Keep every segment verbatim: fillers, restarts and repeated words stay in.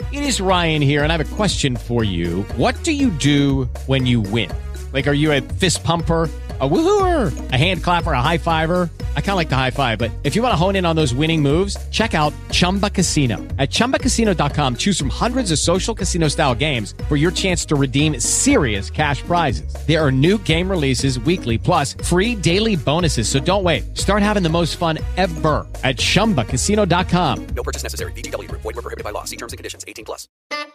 It is Ryan here, and I have a question for you. What do you do when you win? Like, are you a fist pumper, a woohooer, a hand clapper, a high fiver? I kind of like the high five, but if you want to hone in on those winning moves, check out Chumba Casino. At chumba casino dot com, choose from hundreds of social casino style games for your chance to redeem serious cash prizes. There are new game releases weekly, plus free daily bonuses. So don't wait. Start having the most fun ever at chumba casino dot com. No purchase necessary. V G W Group. Void where prohibited by law. See terms and conditions. eighteen plus.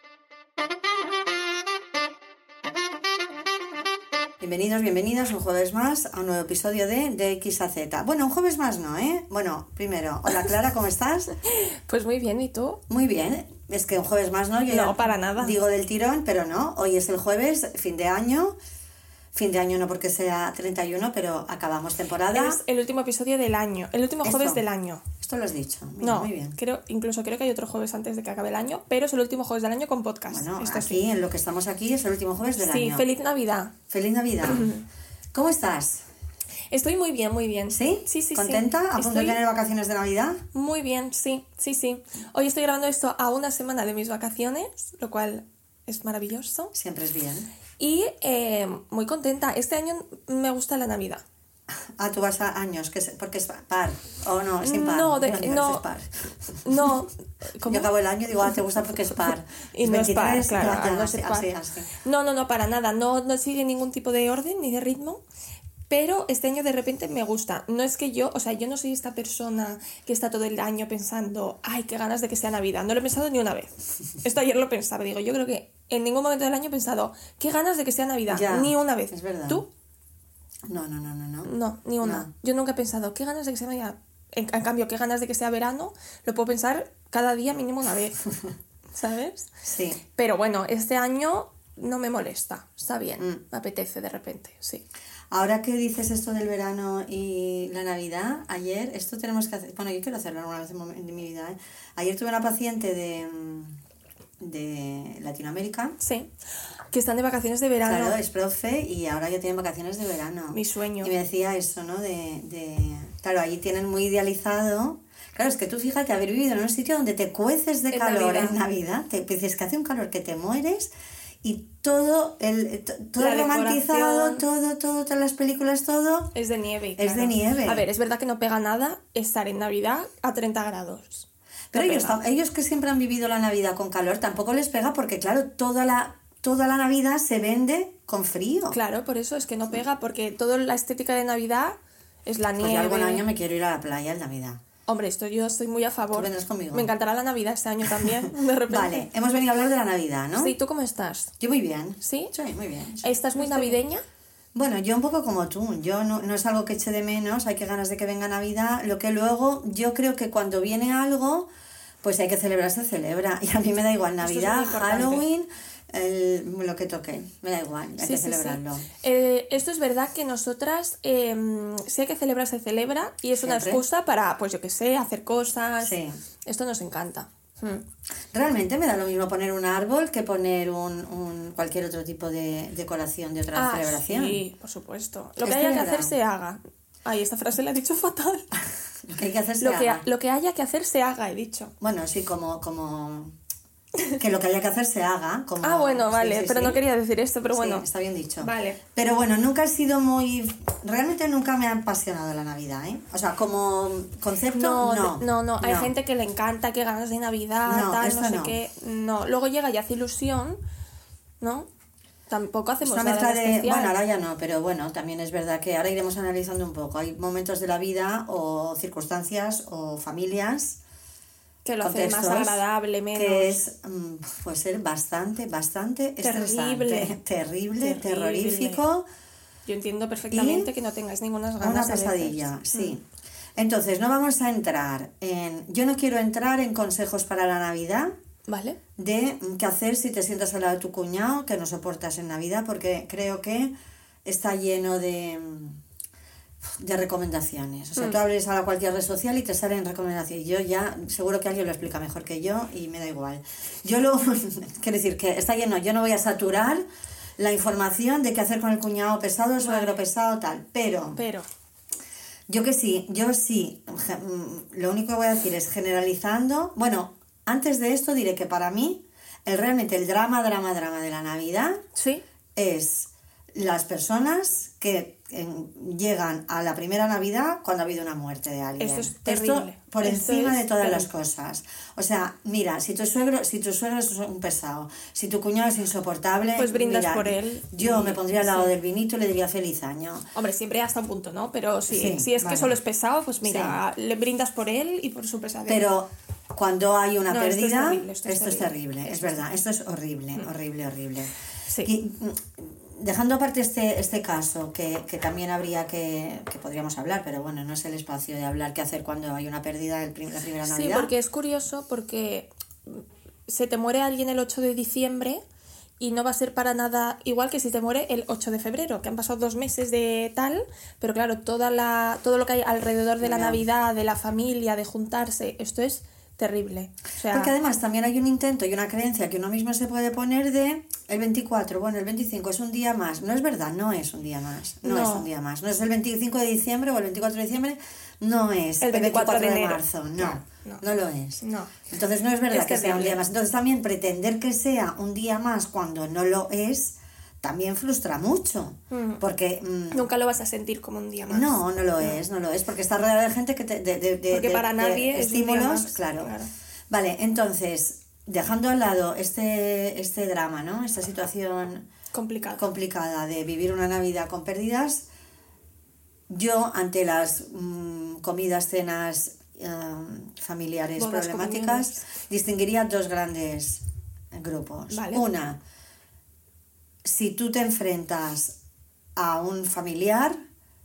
Bienvenidos, bienvenidas un jueves más a un nuevo episodio de De X a Z. Bueno, un jueves más no, ¿eh? Bueno, primero, hola Clara, ¿cómo estás? Pues muy bien, ¿y tú? Muy bien, es que un jueves más no, yo no, ya para nada. Digo del tirón, pero no, hoy es el jueves, fin de año, fin de año no porque sea treinta y uno, pero acabamos temporada. Es el último episodio del año, el último Esto, jueves del año. Esto lo has dicho, mira, no, muy bien. Creo, incluso creo que hay otro jueves antes de que acabe el año, pero es el último jueves del año con podcast. Bueno, Esto aquí sí. en lo que estamos aquí es el último jueves del sí, año. feliz Navidad. Feliz Navidad. ¿Cómo estás? Estoy muy bien, muy bien. ¿Sí? Sí, sí, ¿Contenta? sí. ¿A punto Estoy de tener vacaciones de Navidad? Muy bien, sí, sí, sí. Hoy estoy grabando esto a una semana de mis vacaciones, lo cual es maravilloso. Siempre es bien. Y eh, muy contenta. Este año me gusta la Navidad. Ah, tú vas a años, que es, porque es par, o no, es impar. No, de, no, no, es par. no. ¿Cómo? Yo acabo el año y digo, ah, te gusta porque es par. Y no es par, veintitrés, claro, ya, ya, no así, es par. así, así. No, no, no, para nada, no, no sigue ningún tipo de orden ni de ritmo, pero este año de repente me gusta. No es que yo, o sea, yo no soy esta persona que está todo el año pensando, ay, qué ganas de que sea Navidad. No lo he pensado ni una vez. Esto ayer lo pensaba, digo, yo creo que en ningún momento del año he pensado, qué ganas de que sea Navidad, Ya, ni una vez. es verdad. ¿Tú? No, no, no, no, no. No, ni una. No. Yo nunca he pensado, qué ganas de que sea Navidad. En, en cambio, qué ganas de que sea verano, lo puedo pensar cada día mínimo una vez, ¿sabes? Sí. Pero bueno, este año no me molesta, está bien, Mm. me apetece de repente, sí. Ahora que dices esto del verano y la Navidad, ayer, esto tenemos que hacer, bueno, yo quiero hacerlo alguna vez en, momen- en mi vida, ¿eh? Ayer tuve una paciente de, de Latinoamérica. Sí, que están de vacaciones de verano. Claro, es profe y ahora ya tienen vacaciones de verano. Mi sueño. Y me decía eso, ¿no? De, de claro, ahí tienen muy idealizado. Claro, es que tú fíjate, haber vivido en un sitio donde te cueces de En calor Navidad. en Navidad, te dices que hace un calor que te mueres y todo el to- todo La romantizado, decoración. todo, todo, todas las películas, todo. Es de nieve. Es claro. de nieve. A ver, es verdad que no pega nada estar en Navidad a treinta grados. Pero No ellos, pega. tam- ellos que siempre han vivido la Navidad con calor, tampoco les pega porque, claro, toda la, toda la Navidad se vende con frío. Claro, por eso es que no pega, porque toda la estética de Navidad es la Pues nieve. yo algún año me quiero ir a la playa en Navidad. Hombre, esto yo estoy muy a favor. ¿Tú vendrás conmigo? Me encantará la Navidad este año también, de repente. Vale, hemos venido a hablar de la Navidad, ¿no? Sí, ¿tú cómo estás? Yo muy bien. ¿Sí? Sí, muy bien. sí. ¿Estás muy navideña? Bueno, yo un poco como tú. Yo no, no es algo que eche de menos, hay que ganas de que venga Navidad. Lo que luego, yo creo que cuando viene algo, pues hay que celebrar, se celebra. Y a mí me da igual Esto es Navidad, muy importante. Halloween, el- lo que toque. Me da igual, hay Sí, que sí, celebrarlo. sí. Eh, esto es verdad que nosotras, eh, si hay que celebrar, se celebra y es una Siempre. excusa para, pues yo qué sé, hacer cosas. Sí. Esto nos encanta. Hmm. Realmente me da lo mismo poner un árbol que poner un, un cualquier otro tipo de decoración de otra Ah, celebración. sí, por supuesto. Lo que Es haya que verdad. hacer, se haga. Ay, esta frase la he dicho fatal. Lo que hay que hacer se Lo que, haga. lo que haya que hacer, se haga, he dicho. Bueno, sí, como, como que lo que haya que hacer se haga. Como, Ah, bueno, sí, vale, sí, pero sí. no quería decir esto, pero Sí, bueno. está bien dicho. Vale. Pero bueno, nunca ha sido muy... Realmente nunca me ha apasionado la Navidad, ¿eh? O sea, como concepto, No, no. de- no, no, hay gente que le encanta, que ganas de Navidad, No, tal, esto no sé no. qué. No, luego llega y hace ilusión, ¿no? Tampoco hacemos Una nada mezcla de... especial. Bueno, ahora ya no, pero bueno, también es verdad que ahora iremos analizando un poco. Hay momentos de la vida o circunstancias o familias... Que lo hace más contextos, agradable, menos. Que es, mm, puede ser bastante, bastante estresante. Terrible. Terrible, Terrible. terrorífico. Yo entiendo perfectamente Y que no tengáis ninguna ganas. Una a veces. pesadilla, sí. Entonces, no vamos a entrar en... Yo no quiero entrar en consejos para la Navidad ¿Vale? de mm, qué hacer si te sientas al lado de tu cuñado que no soportas en Navidad, porque creo que está lleno de... de recomendaciones. O sea, Mm. tú abres a cualquier red social y te salen recomendaciones. Yo ya, seguro que alguien lo explica mejor que yo y me da igual. Yo lo... quiero decir que está lleno, yo no voy a saturar la información de qué hacer con el cuñado pesado, el suegro pesado, tal. Pero, Pero, yo que sí, yo sí. ge- mm, Lo único que voy a decir es generalizando... Bueno, antes de esto diré que para mí el realmente el drama, drama, drama de la Navidad Sí. es las personas que eh, llegan a la primera Navidad cuando ha habido una muerte de alguien. Esto es terrible. por Esto encima es de todas terrible. las cosas. O sea, mira, si tu suegro, si tu suegro es un pesado, si tu cuñado es insoportable, Pues brindas mira, por él. Yo Y- me pondría al lado sí. del vinito y le diría feliz año. Hombre, siempre hasta un punto, ¿no? Pero si, Sí, si es vale. que solo es pesado, pues mira, le brindas por él y por su pesadez. Pero cuando hay una No, esto es pérdida, terrible, esto es esto es terrible. terrible, es Esto es verdad, esto es horrible, horrible, horrible. Sí. Y, mm, dejando aparte este, este caso, que, que también habría que, que podríamos hablar, pero bueno, no es el espacio de hablar qué hacer cuando hay una pérdida el prim- la primera Sí, Navidad. porque es curioso porque se te muere alguien el ocho de diciembre y no va a ser para nada igual que si te muere el ocho de febrero, que han pasado dos meses de tal, pero claro, toda la, todo lo que hay alrededor de la Ya. Navidad, de la familia, de juntarse, esto es terrible. O sea, Porque además también hay un intento y una creencia que uno mismo se puede poner de el veinticuatro, bueno, el veinticinco es un día más. No es verdad, no es un día más. No, No. es un día más. No es el veinticinco de diciembre o el veinticuatro de diciembre, no es El veinticuatro de enero. marzo. No, Claro, no, no. lo es. No. Entonces no es verdad Es que sea un terrible. día más. Entonces también pretender que sea un día más cuando no lo es, también frustra mucho. Mm. Porque... mm, nunca lo vas a sentir como un día más. no, no lo es, no lo es, porque está rodeado de gente que te, de, de, de- Porque de- para de nadie es un día estímulos, más, claro. claro. Vale, entonces, dejando al lado este, este drama, ¿no? Esta situación Complicado. complicada de vivir una Navidad con pérdidas, yo ante las mm, comidas, cenas eh, familiares Bodas, problemáticas, comuniones. distinguiría dos grandes grupos. Vale. Una, si tú te enfrentas a un familiar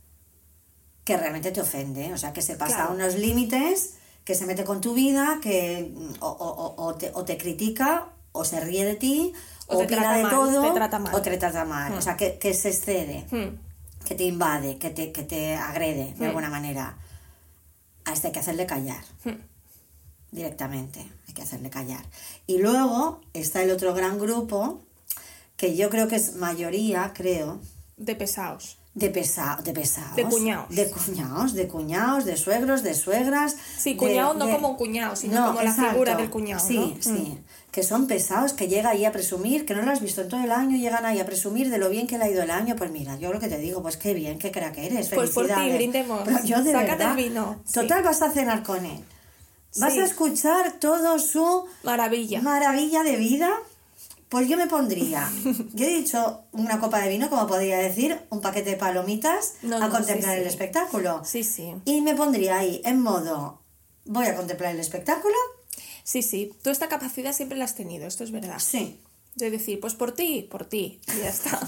que realmente te ofende, o sea, que se pasa Claro. unos límites, que se mete con tu vida, que o, o- o- o te, o te critica, o se ríe de ti, O o, te opina trata de mal, todo, te trata mal. o te trata mal, o sea, que, que se excede, Hmm. que te invade, que te, que te agrede de Hmm. alguna manera. A este hay que hacerle callar. Hmm. Directamente, hay que hacerle callar. Y luego está el otro gran grupo, que yo creo que es mayoría, creo, De pesados. de, pesa, de pesados. De cuñados. De cuñados, de cuñados, de suegros, de suegras. Sí, de- cuñado no de- como un cuñado, sino No, como la exacto. figura del cuñado. Sí, ¿no? sí. Mm. Que son pesados, que llega ahí a presumir, que no lo has visto en todo el año, llegan ahí a presumir de lo bien que le ha ido el año. Pues mira, yo lo que te digo, pues qué bien, qué crack eres, Pues por ti, felicidades. brindemos. Pero yo de Sácate verdad, el vino, sí. total, vas a cenar con él. Vas Sí. a escuchar todo su Maravilla. maravilla de vida. Pues yo me pondría, yo he dicho una copa de vino, como podría decir, un paquete de palomitas No, a no, contemplar sí, el sí. espectáculo. Sí, sí. Y me pondría ahí en modo, voy a contemplar el espectáculo. Sí, sí. Tú esta capacidad siempre la has tenido, esto es verdad. Sí. De decir, pues por ti, por ti. Y ya está.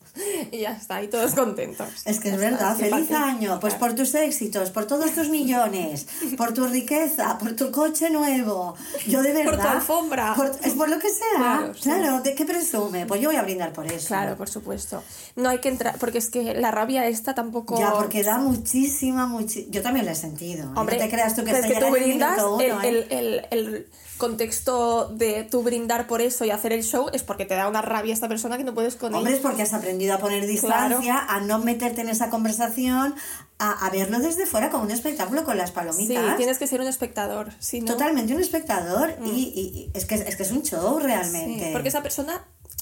Y ya está, y todos contentos. Es que es Ya está, verdad, que feliz pa' qué. año, pues Claro. por tus éxitos, por todos tus millones, por tu riqueza, por tu coche nuevo. Yo de verdad. Por tu alfombra. por- es por lo que sea. Claro, Claro, sí. ¿de qué presume? Pues yo voy a brindar por eso. Claro, por supuesto. No hay que entrar, porque es que la rabia esta tampoco... Ya, porque da muchísima, muchísima. Yo también la he sentido. Hombre, no te creas tú que pero estoy es que tú llegando al brindas, minuto uno, el, ¿eh? el, el, el contexto de tu brindar por eso y hacer el show es porque te da una rabia esta persona que no puedes con Hombre, es ella. porque has aprendido a poner distancia, a no meterte en esa conversación, a, a verlo desde fuera como un espectáculo con las Sí, palomitas. tienes que ser un espectador. Si no, Totalmente un espectador y, y- y es, que, es que es un show realmente. sí, porque esa persona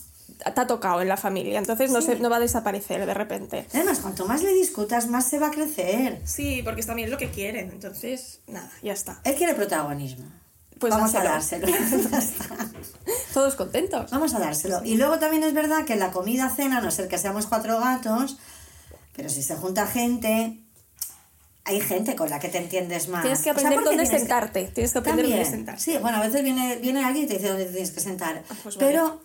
te ha tocado en la familia, entonces no, Sí. se, no va a desaparecer de repente. Además, cuanto más le discutas, más se va a crecer. Sí, porque es también lo que quieren, entonces, nada, ya está. Él quiere protagonismo. Pues Vamos a dáselo. dárselo. Ya está. Todos contentos. Vamos a dárselo. Y luego también es verdad que en la comida, cena, a no ser que seamos cuatro gatos, pero si se junta gente, hay gente con la que te entiendes más. Tienes que O sea, aprender porque dónde tienes que- sentarte. Tienes que aprender También, dónde sentarte. sí, bueno, a veces viene, viene alguien y te dice dónde te tienes que sentar. pues vale. Pero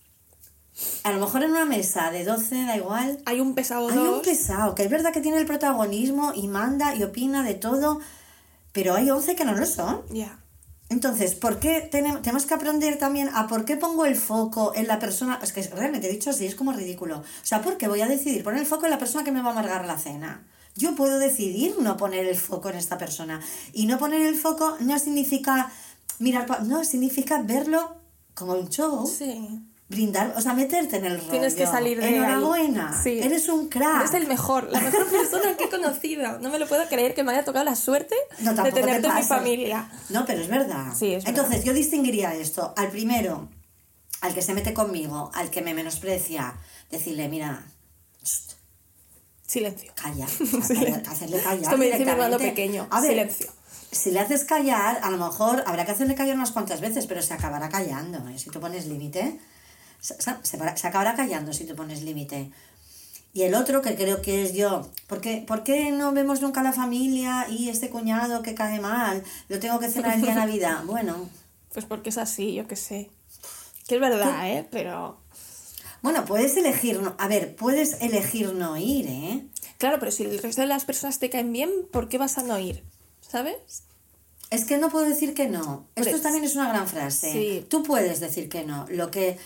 a lo mejor en una mesa de doce, da igual, Hay un pesado hay dos. un pesado, que es verdad que tiene el protagonismo y manda y opina de todo, pero hay once que no lo son. Ya. Entonces, ¿por qué tenemos, tenemos que aprender también a por qué pongo el foco en la persona? Es que realmente dicho así es como ridículo. O sea, ¿por qué voy a decidir poner el foco en la persona que me va a amargar la cena? Yo puedo decidir no poner el foco en esta persona. Y no poner el foco no significa mirar, pa- no, significa verlo como un show. Sí. Brindar, o sea, meterte en el rollo. Tienes que salir de ahí. Enhorabuena. Sí. Eres un crack. Eres el mejor, la mejor persona que he conocido. No me lo puedo creer que me haya tocado la suerte No, de tampoco te tenerte en mi pases. familia. No, pero es verdad. Sí, es verdad. Entonces, yo distinguiría esto. Al primero, al que se mete conmigo, al que me menosprecia, decirle, mira, shh, Silencio. calla, o sea, calla, hacerle callar. Esto me dice mi hermano directamente. pequeño, A ver, silencio. Si le haces callar, a lo mejor habrá que hacerle callar unas cuantas veces, pero se acabará callando, ¿eh? Si tú pones límite, se, se, se acabará callando si tú pones límite. Y el otro, que creo que es yo, ¿por qué, ¿por qué no vemos nunca a la familia y este cuñado que cae mal? Lo tengo que cenar el día de Navidad. Bueno. Pues porque es así, yo qué sé. Que es verdad, ¿Qué? ¿eh? Pero... Bueno, puedes elegir, no, a ver, puedes elegir no ir, ¿eh? Claro, pero si el resto de las personas te caen bien, ¿por qué vas a no ir? ¿Sabes? Es que no puedo decir que no. Esto Pues, también es una gran frase. Sí. Tú puedes decir que no. Lo que,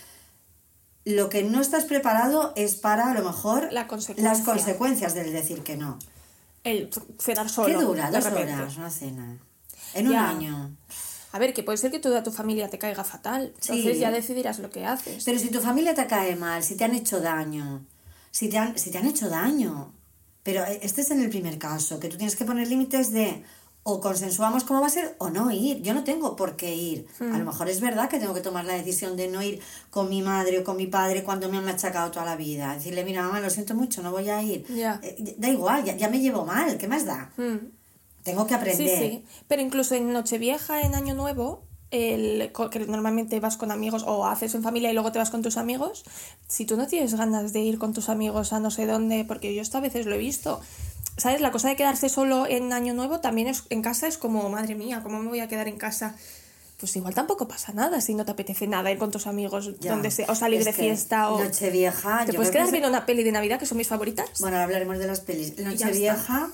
lo que no estás preparado es para, a lo mejor, La consecuencia. las consecuencias del decir que no. El cenar solo. ¿Qué dura? de Dos repente. horas una cena. En un Ya. año. A ver, que puede ser que toda tu familia te caiga fatal. Entonces Sí. ya decidirás lo que haces. Pero si tu familia te cae mal, si te han hecho daño, si te han, si te han hecho daño. Pero este es en el primer caso, que tú tienes que poner límites de o consensuamos cómo va a ser o no ir. Yo no tengo por qué ir. Hmm. A lo mejor es verdad que tengo que tomar la decisión de no ir con mi madre o con mi padre cuando me han machacado toda la vida. Decirle, mira, mamá, lo siento mucho, no voy a ir. Ya. Eh, da igual, ya, ya me llevo mal, ¿qué más da? Mm. Tengo que Sí, aprender. sí. Pero incluso en Nochevieja, en Año Nuevo, el, co- que normalmente vas con amigos o haces en familia y luego te vas con tus amigos, si tú no tienes ganas de ir con tus amigos a no sé dónde, porque yo esto a veces lo he visto, ¿sabes? La cosa de quedarse solo en Año Nuevo también es, en casa es como, madre mía, ¿cómo me voy a quedar en casa? Pues igual tampoco pasa nada si no te apetece nada ir con tus amigos Ya. donde sea, o salir Es de que fiesta o... Nochevieja. ¿Te yo puedes creo quedar que es- viendo una peli de Navidad que son mis favoritas? Bueno, ahora hablaremos de las pelis. ya Nochevieja,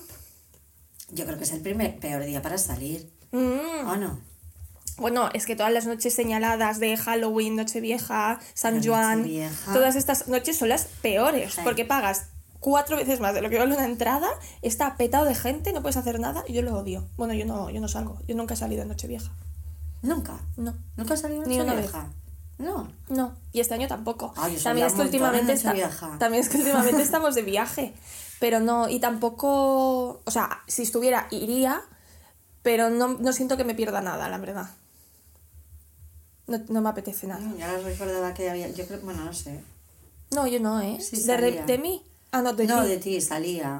yo creo que es el primer peor día para salir. Mm. ¿O no? Bueno, es que todas las noches señaladas de Halloween, Nochevieja, San Pero Juan, Nochevieja. todas estas noches son las peores, Sí. porque pagas cuatro veces más de lo que vale una entrada, está petado de gente, no puedes hacer nada, y yo lo odio. Bueno, yo no, yo no salgo, yo nunca he salido en Nochevieja. Nunca. No, ¿Nunca has salido Ni una Nochevieja? No. no, y este año tampoco. Ay, yo También salía es que un montón últimamente en está- Nochevieja. también es que últimamente estamos de viaje, pero no, y tampoco, o sea, si estuviera iría, pero no, no siento que me pierda nada, la verdad. No, no me apetece nada. Ya no recordaba que había... Yo creo... Bueno, no sé. No, yo no, ¿eh? Sí, de, re- salía. de mí. Ah, no, de no, ti. de ti, salía.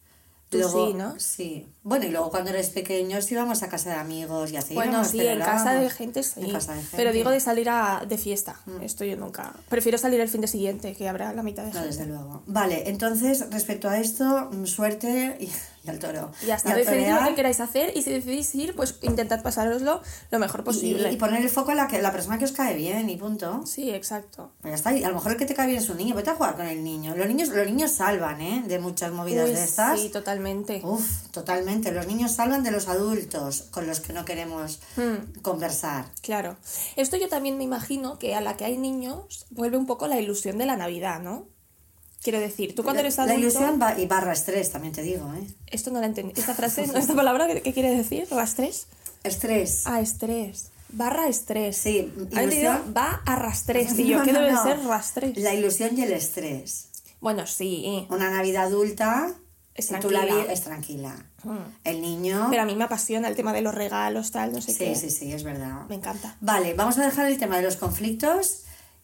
Tú Luego- sí, ¿no? Sí. Bueno, y luego cuando eres pequeños íbamos a casa de amigos y así. Bueno, sí, en casa de gente sí. En casa de gente. Pero digo de salir a, de fiesta. Esto yo nunca. Prefiero salir el fin de siguiente, que habrá la mitad de No, gente. desde luego. Vale, entonces, respecto a esto, mm, suerte y, y al toro. Ya está, Y al decidid lo torear, que queráis hacer y si decidís ir, pues intentad pasároslo lo mejor posible. y, y poner el foco en la, que, la persona que os cae bien y punto. Sí, exacto. Pues ya está. Y a lo mejor el que te cae bien es un niño. Vete a jugar con el niño. Los niños, los niños salvan, ¿eh? De muchas movidas Uy, de estas. sí, totalmente. Uf, totalmente. Los niños salvan de los adultos con los que no queremos Hmm. conversar. Claro. Esto yo también me imagino que a la que hay niños vuelve un poco la ilusión de la Navidad, ¿no? Quiero decir, tú cuando eres La adulto... ilusión va, y barra estrés, también te digo, ¿eh? Esto no la entendí. Esta frase, ¿no? Esta palabra, ¿qué, qué quiere decir? ¿Rastrés? Estrés. Ah, estrés. Barra estrés. Sí, Hay ilusión. ilusión... va a rastrés. Y yo, No, ¿qué no, debe no. ser rastrés? La ilusión y el estrés. Bueno, sí. Una Navidad adulta, Es si tú la tranquila. vi- es tranquila. Mm. El niño... Pero a mí me apasiona el tema de los regalos, tal, no sé sí, qué. sí, sí, es verdad. Me encanta. Vale, vamos a dejar el tema de los conflictos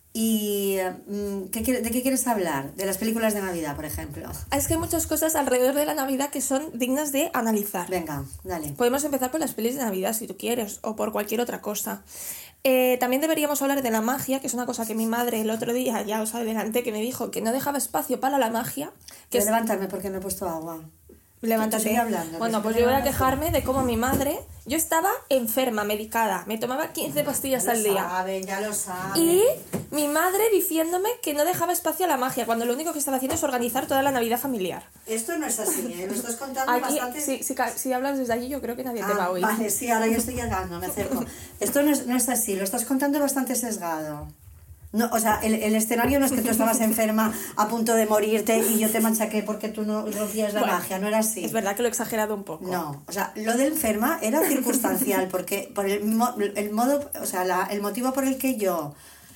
y... mm, ¿qué quiere- ¿de qué quieres hablar? De las películas de Navidad, por ejemplo. Ah, Es que hay muchas cosas alrededor de la Navidad que son dignas de analizar. Venga, dale. Podemos empezar por las pelis de Navidad si tú quieres, o por cualquier otra cosa. Eh, también deberíamos hablar de la magia, que es una cosa que mi madre el otro día, ya os adelanté, que me dijo que no dejaba espacio para la magia. Que Quiero es- levantarme porque no he puesto agua. Levántate. Tú sigue hablando, que Bueno, si pues no yo voy a me quejarme de cómo mi madre... Yo estaba enferma, medicada. Me tomaba quince pastillas Ya al lo día. sabe, ya lo sabe. Y mi madre diciéndome que no dejaba espacio a la magia, cuando lo único que estaba haciendo es organizar toda la Navidad familiar. Esto no es así, ¿eh? Lo estás contando Aquí, bastante... si, si, ca- si hablas desde allí, yo creo que nadie te va a Ah, oír. vale, sí, ahora ya estoy llegando, me acerco. Esto no es, no es así, lo estás contando bastante sesgado. No, o sea, el, el escenario no es que tú estabas enferma a punto de morirte y yo te machaqué porque tú no rompías la Bueno, magia, no era así. Es verdad que lo he exagerado un poco. No, o sea, lo de enferma era circunstancial porque por el, mo- el modo, o sea, la- el motivo por el que yo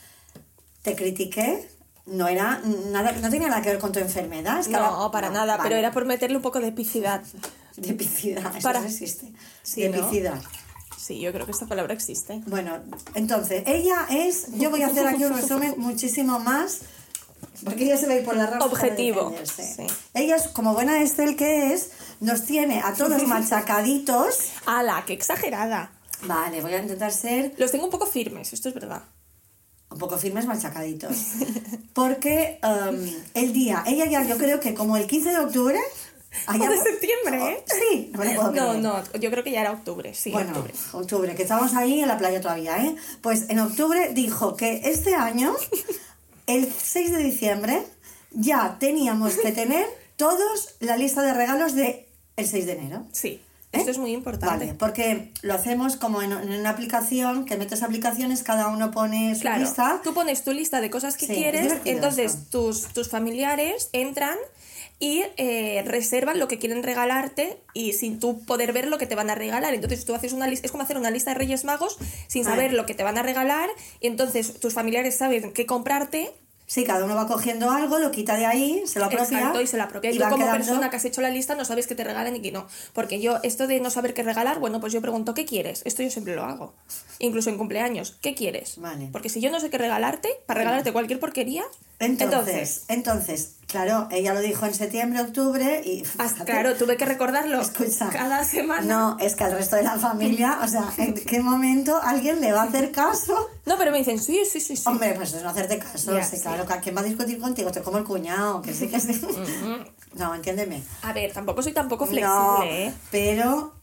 te critiqué no era nada, no tenía nada que ver con tu enfermedad. Es que No, ahora- para no, nada, vale. pero era por meterle un poco de epicidad. De epicidad, eso Para- no existe. Sí, de ¿no? epicidad. Sí, yo creo que esta palabra existe. Bueno, entonces, ella es... Yo voy a hacer aquí un resumen muchísimo más... Porque ella se va a ir por la rama. Objetivo. Sí. Ella, es, como buena Estel que es, nos tiene a todos machacaditos. ¡Hala, qué exagerada! Vale, voy a intentar ser... Los tengo un poco firmes, esto es verdad. Un poco firmes, machacaditos. Porque um, el día... Ella ya, yo creo que como el quince de octubre... Allá, o de septiembre, ¿eh? Sí, no me puedo No, creer. no, yo creo que ya era octubre, sí. Bueno, octubre. octubre, que estamos ahí en la playa todavía, ¿eh? Pues en octubre dijo que este año, el seis de diciembre, ya teníamos que tener todos la lista de regalos de el seis de enero. Sí, ¿Eh? esto es muy importante. Vale, porque lo hacemos como en, en una aplicación, que metes aplicaciones, cada uno pone su claro, lista. Tú pones tu lista de cosas que Sí, quieres, entonces eso. tus, tus familiares entran y eh, reservan lo que quieren regalarte y sin tú poder ver lo que te van a regalar. Entonces tú haces una lista, es como hacer una lista de Reyes Magos sin saber Vale. lo que te van a regalar y entonces tus familiares saben qué comprarte. Sí, cada uno va cogiendo algo, lo quita de ahí, se lo apropia. Exacto, y se la apropia. Y y tú van como quedando- persona que has hecho la lista no sabes qué te regalan y qué no. Porque yo, esto de no saber qué regalar, bueno, pues yo pregunto, ¿qué quieres? Esto yo siempre lo hago. Incluso en cumpleaños, ¿qué quieres? Vale. Porque si yo no sé qué regalarte, para regalarte cualquier porquería, Entonces, entonces, claro, ella lo dijo en septiembre, octubre y... Ah, fíjate, claro, tuve que recordarlo escucha, cada semana. No, es que al resto de la familia, o sea, ¿en qué momento alguien le va a hacer caso? No, pero me dicen, sí, sí, sí, sí. Hombre, pues es no hacerte caso, Ya, sí, sí. claro, ¿quién va a discutir contigo? Te como el cuñado, que sí, que sí. No, entiéndeme. A ver, tampoco soy tampoco flexible, No, ¿eh? pero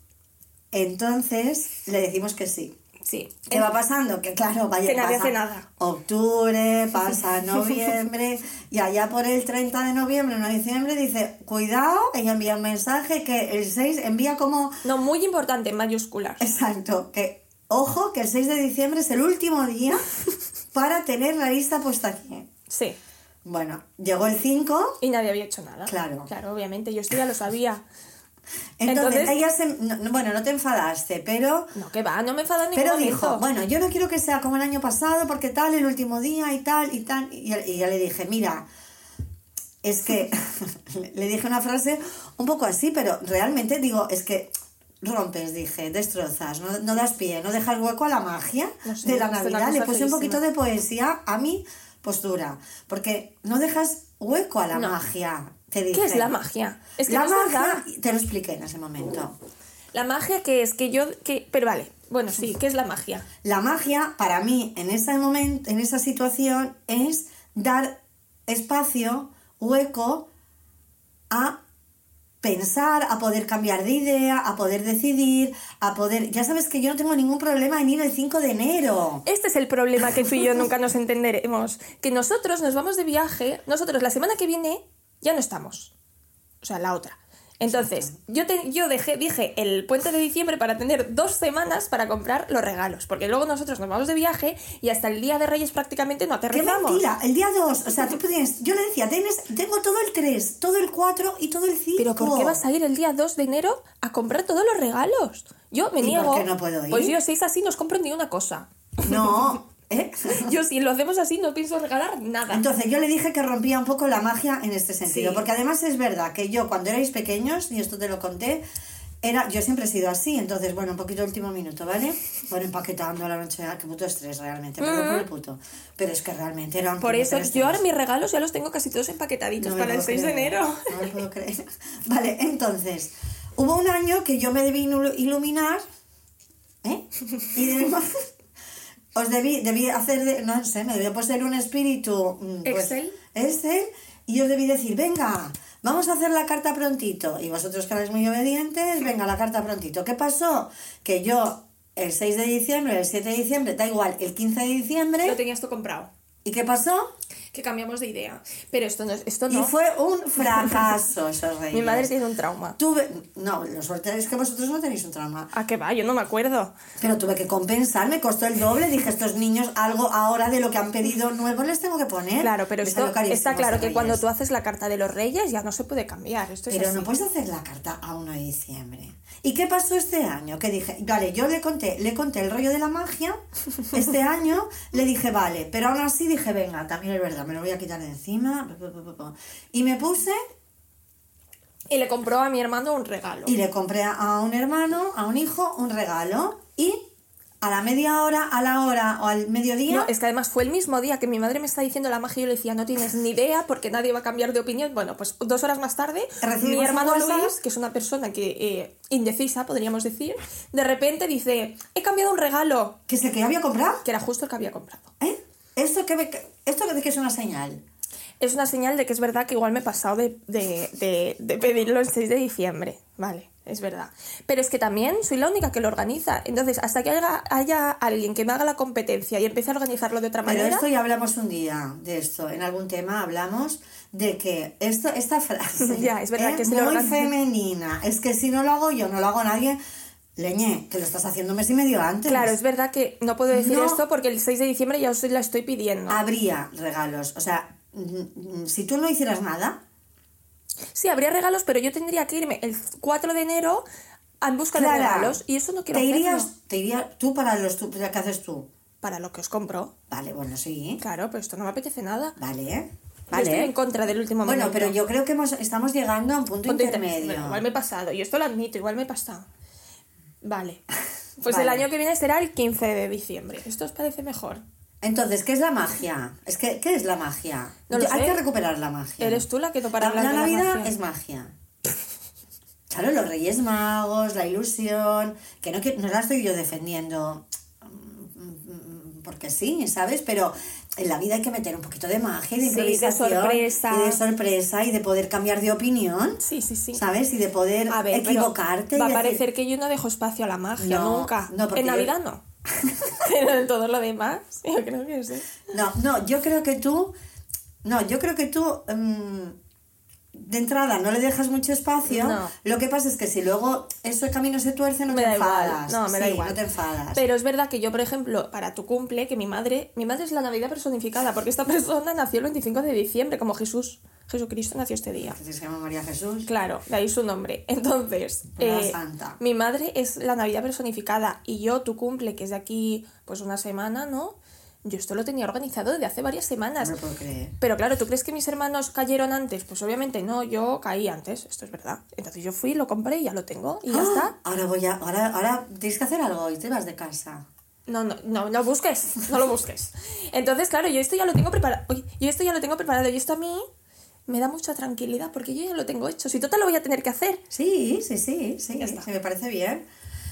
entonces le decimos que sí. Sí. ¿Qué va pasando? Que claro, vaya, Que nadie pasa hace nada. octubre, pasa noviembre, y allá por el treinta de noviembre, no diciembre, dice, cuidado, ella envía un mensaje que el seis envía como... No, muy importante, en mayúsculas. Exacto, que ojo, que el seis de diciembre es el último día para tener la lista puesta aquí. Sí. Bueno, llegó el cinco, Y nadie había hecho nada. Claro. Claro, obviamente, yo esto ya lo sabía. entonces, Entonces- ella se... no, no, bueno, no te enfadaste, pero... No, que va, no me enfado en ningún Pero momento. dijo, bueno, yo no quiero que sea como el año pasado, porque tal, el último día y tal, y tal. Y, y ya le dije, mira, es que le dije una frase un poco así, pero realmente digo, es que rompes, dije, destrozas, no, no das pie, no dejas hueco a la magia No sé, de la es una Navidad. Le cosa puse un feísima. poquito de poesía a mi postura, porque no dejas hueco a la No. magia. Te dije. ¿Qué es la magia? Es que la no es magia, verdad. te lo expliqué en ese momento. La magia que es que yo... que Pero vale, bueno, sí, ¿qué es la magia? La magia, para mí, en ese momento, en esa situación, es dar espacio, hueco, a pensar, a poder cambiar de idea, a poder decidir, a poder... Ya sabes que yo no tengo ningún problema en ir el cinco de enero. Este es el problema que tú y yo nunca nos entenderemos. Que nosotros nos vamos de viaje, nosotros la semana que viene ya no estamos. O sea, la otra. Entonces, yo, te, yo dejé, dije el puente de diciembre para tener dos semanas para comprar los regalos. Porque luego nosotros nos vamos de viaje y hasta el día de Reyes prácticamente no ¡Qué aterrizamos. mentira! El día dos, o sea, tú tienes... Yo le decía, tienes, tengo todo el tres, todo el cuatro y todo el cinco. Pero ¿por qué vas a ir el día dos de enero a comprar todos los regalos? Yo me ¿Y niego. por qué no puedo ir? Pues yo, si es así, no os compro ni una cosa. No, ¿eh? Yo, si lo hacemos así, no pienso regalar nada. Entonces yo le dije que rompía un poco la magia en este sentido, Sí. porque además es verdad que yo cuando erais pequeños, y esto te lo conté, era, yo siempre he sido así, entonces bueno, un poquito último minuto, ¿vale? Bueno, empaquetando la noche, ah, qué puto estrés realmente, perdón por el puto, pero es que realmente era un Por puto eso, estrés. yo ahora mis regalos ya los tengo casi todos empaquetaditos No me para el puedo seis de creer, enero. No me lo puedo creer. Vale, entonces, hubo un año que yo me debí ilu- iluminar, ¿eh? Y debimos... Os debí, debí hacer, de, no sé, me debía poseer un espíritu... mm, pues, Excel. Excel, y os debí decir, venga, vamos a hacer la carta prontito. Y vosotros que erais muy obedientes, venga, la carta prontito. ¿Qué pasó? Que yo, el seis de diciembre, el siete de diciembre, da igual, el quince de diciembre... Lo tenías todo comprado. ¿Y qué pasó? Que cambiamos de idea. Pero esto no es... Esto Y no. fue un fracaso esos reyes. Mi madre tiene un trauma. Tuve... No, lo suerte es que vosotros no tenéis un trauma. ¿A qué va? Yo no me acuerdo. Pero tuve que compensar, me costó el doble. Dije, estos niños algo ahora de lo que han pedido nuevo les tengo que poner. Claro, pero Me esto salió carísimo está claro este que cuando Reyes. tú haces la carta de los reyes ya no se puede cambiar. Esto es Pero así. no puedes hacer la carta a uno de diciembre. ¿Y qué pasó este año? Que dije, vale, yo le conté, le conté el rollo de la magia. Este año le dije, vale, pero aún así dije, venga, también es verdad, me lo voy a quitar de encima. Y me puse Y le compró a mi hermano un regalo. y le compré a un hermano, a un hijo, un regalo. Y a la media hora, a la hora o al mediodía. No, es que además fue el mismo día que mi madre me está diciendo la magia y yo le decía, no tienes ni idea porque nadie va a cambiar de opinión. Bueno, pues dos horas más tarde, Recibimos mi hermano un WhatsApp. Luis, que es una persona que eh, indecisa, podríamos decir, de repente dice, he cambiado un regalo, ¿Que es el que había comprado? que era justo el que había comprado. ¿Eh? ¿Esto que, me- esto que es una señal? Es una señal de que es verdad que igual me he pasado de, de, de, de pedirlo el seis de diciembre, vale, es verdad. Pero es que también soy la única que lo organiza. Entonces, hasta que haya, haya alguien que me haga la competencia y empiece a organizarlo de otra Pero manera... esto ya hablamos un día de esto. En algún tema hablamos de que esto, esta frase Ya, es verdad ¿eh? que se lo muy organiza. femenina. Es que si no lo hago yo, no lo hago nadie. Leñe, que lo estás haciendo un mes y medio antes. Claro, es verdad que no puedo decir No. esto porque el seis de diciembre ya os la estoy pidiendo. Habría regalos. O sea, mm, mm, si tú no hicieras nada, Sí, habría regalos, pero yo tendría que irme el cuatro de enero en busca Clara, de regalos y eso no quiero te hacerlo. irías, te irías tú para los tú, ¿qué haces tú? Para lo que os compro. Vale, bueno, sí. Claro, pero esto no me apetece nada. Vale, Yo estoy en vale. contra del último Bueno, momento. pero yo creo que hemos, estamos llegando a un punto, Punto inter- intermedio. Bueno, igual me he pasado, y esto lo admito, igual me he pasado. Vale. Pues Vale. el año que viene será el quince de diciembre. ¿Esto os parece mejor? Entonces, ¿qué es la magia? Es que, ¿qué es la magia? No lo Hay sé. que recuperar la magia. Eres tú la que no para La, hablar la de la Navidad magia. es magia. Claro, los Reyes Magos, la ilusión, que no, que no la estoy yo defendiendo mm, porque sí, ¿sabes? Pero en la vida hay que meter un poquito de magia y de Sí, de improvisación sorpresa. y de sorpresa y de poder cambiar de opinión, Sí, sí, sí. ¿sabes? Y de poder A ver, pero equivocarte. va a y decir- parecer que yo no dejo espacio a la magia, No, nunca. no, porque en yo- Navidad no. Pero en todo lo demás, yo creo que sí. No, no, yo creo que tú, no, yo creo que tú mm, de entrada no le dejas mucho espacio. No. Lo que pasa es que si luego ese camino se tuerce no Me te da enfadas. igual. No, me da Sí, igual. no te enfadas. Pero es verdad que yo, por ejemplo, para tu cumple, que mi madre, mi madre es la Navidad personificada, porque esta persona nació el veinticinco de diciembre, como Jesús. Jesucristo nació este día. Que se llama María Jesús. Claro, de ahí su nombre. Entonces, Una eh, santa. mi madre es la Navidad personificada y yo, tu cumple, que es de aquí pues una semana, ¿no? Yo esto lo tenía organizado desde hace varias semanas. No me puedo creer. Pero claro, ¿tú crees que mis hermanos cayeron antes? Pues obviamente no, yo caí antes, esto es verdad. Entonces yo fui, lo compré y ya lo tengo y ya ¡Ah! está. Ahora voy a, ahora, ahora tienes que hacer algo y te vas de casa. No, no, no, no busques, no lo busques. Entonces, claro, yo esto ya lo tengo preparado. Oye, yo esto ya lo tengo preparado y esto a mí me da mucha tranquilidad porque yo ya lo tengo hecho. Si total lo voy a tener que hacer. Sí, sí, sí, sí, Ya está. sí, me parece bien.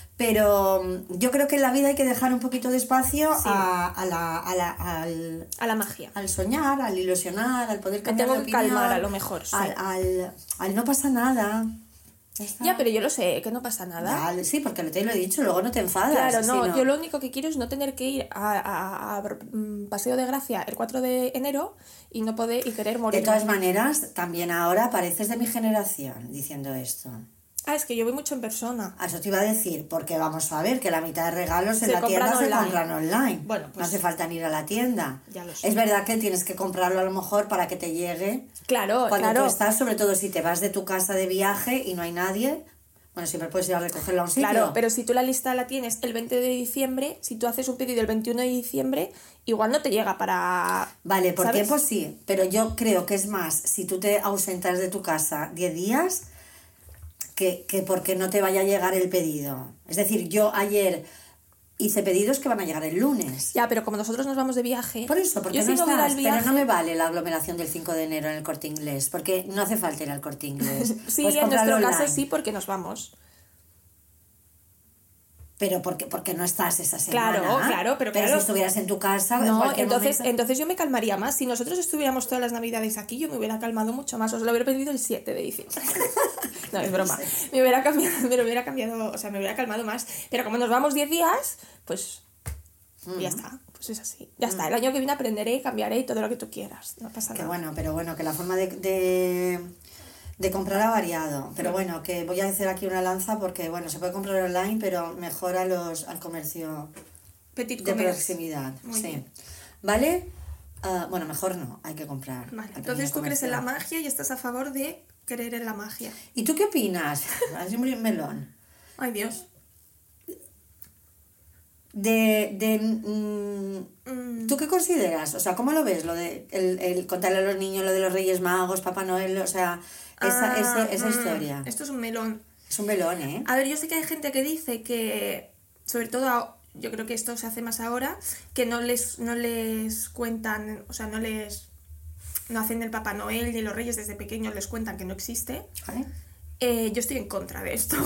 Pero mm, yo creo que en la vida hay que dejar un poquito de espacio Sí. a, a la, a la, al, A la magia. al soñar, al ilusionar, al poder cambiar tengo de que opinión, calmar a lo mejor, sí. al, al, al no pasa nada. Ya está. Ya, pero yo lo sé, que no pasa nada. Ya, sí, porque te lo he dicho, luego no te enfadas. Claro, no, sino- yo lo único que quiero es no tener que ir a, a- a mm, Paseo de Gracia el cuatro de enero y no poder y querer morir. De todas maneras, también ahora pareces de mi generación diciendo esto. Ah, es que yo voy mucho en persona. A Eso te iba a decir, porque vamos a ver que la mitad de regalos en Se la tienda compran se online. compran online. Bueno, No pues- hace falta ni ir a la tienda. Ya lo sé. Es verdad que tienes que comprarlo a lo mejor para que te llegue Claro, cuando claro. tú estás, sobre todo si te vas de tu casa de viaje y no hay nadie. Bueno, siempre puedes ir a recogerlo a un sitio. Claro, pero si tú la lista la tienes el veinte de diciembre, si tú haces un pedido el veintiuno de diciembre, igual no te llega para... Vale, por ¿sabes? tiempo sí, pero yo creo que es más si tú te ausentas de tu casa diez días que, que porque no te vaya a llegar el pedido. Es decir, yo ayer hice pedidos que van a llegar el lunes. Ya, pero como nosotros nos vamos de viaje... Por eso, porque yo no si no voy estás, al viaje... pero no me vale la aglomeración del cinco de enero en el Corte Inglés, porque no hace falta ir al Corte Inglés. Sí, Puedes en comprarlo nuestro caso online. sí, porque nos vamos. Pero porque, porque no estás esa semana. Claro, claro, pero claro. si estuvieras en tu casa, en No, cualquier entonces, momento- entonces yo me calmaría más. Si nosotros estuviéramos todas las navidades aquí, yo me hubiera calmado mucho más. Os lo hubiera pedido el siete de diciembre. No, es broma. Me hubiera cambiado, me hubiera cambiado, o sea, me hubiera calmado más. Pero como nos vamos diez días, pues ya está. Pues es así. Ya está. El año que viene aprenderé, cambiaré y todo lo que tú quieras. No pasa Que nada. bueno, pero bueno, que la forma de, de, de comprar ha variado. Pero bueno, que voy a hacer aquí una lanza porque, bueno, se puede comprar online, pero mejora los, al comercio Petit de commerce. proximidad. Muy sí. bien. ¿Vale? Ah, bueno, mejor no, hay que comprar. Vale, al entonces tú pequeño crees en la comercial. magia y estás a favor de creer en la magia. ¿Y tú qué opinas? Así un melón. Ay, Dios. De, de mm, Mm. ¿tú qué consideras? O sea, ¿cómo lo ves? Lo de el, el contarle a los niños lo de los Reyes Magos, Papá Noel, o sea, esa, Ah, esa, esa mm, historia. Esto es un melón. Es un melón, ¿eh? A ver, yo sé que hay gente que dice que, sobre todo, a- yo creo que esto se hace más ahora, que no les, no les cuentan, o sea, no les... no hacen del Papá Noel y los Reyes desde pequeños, les cuentan que no existe. ¿Vale? Eh, yo estoy en contra de esto.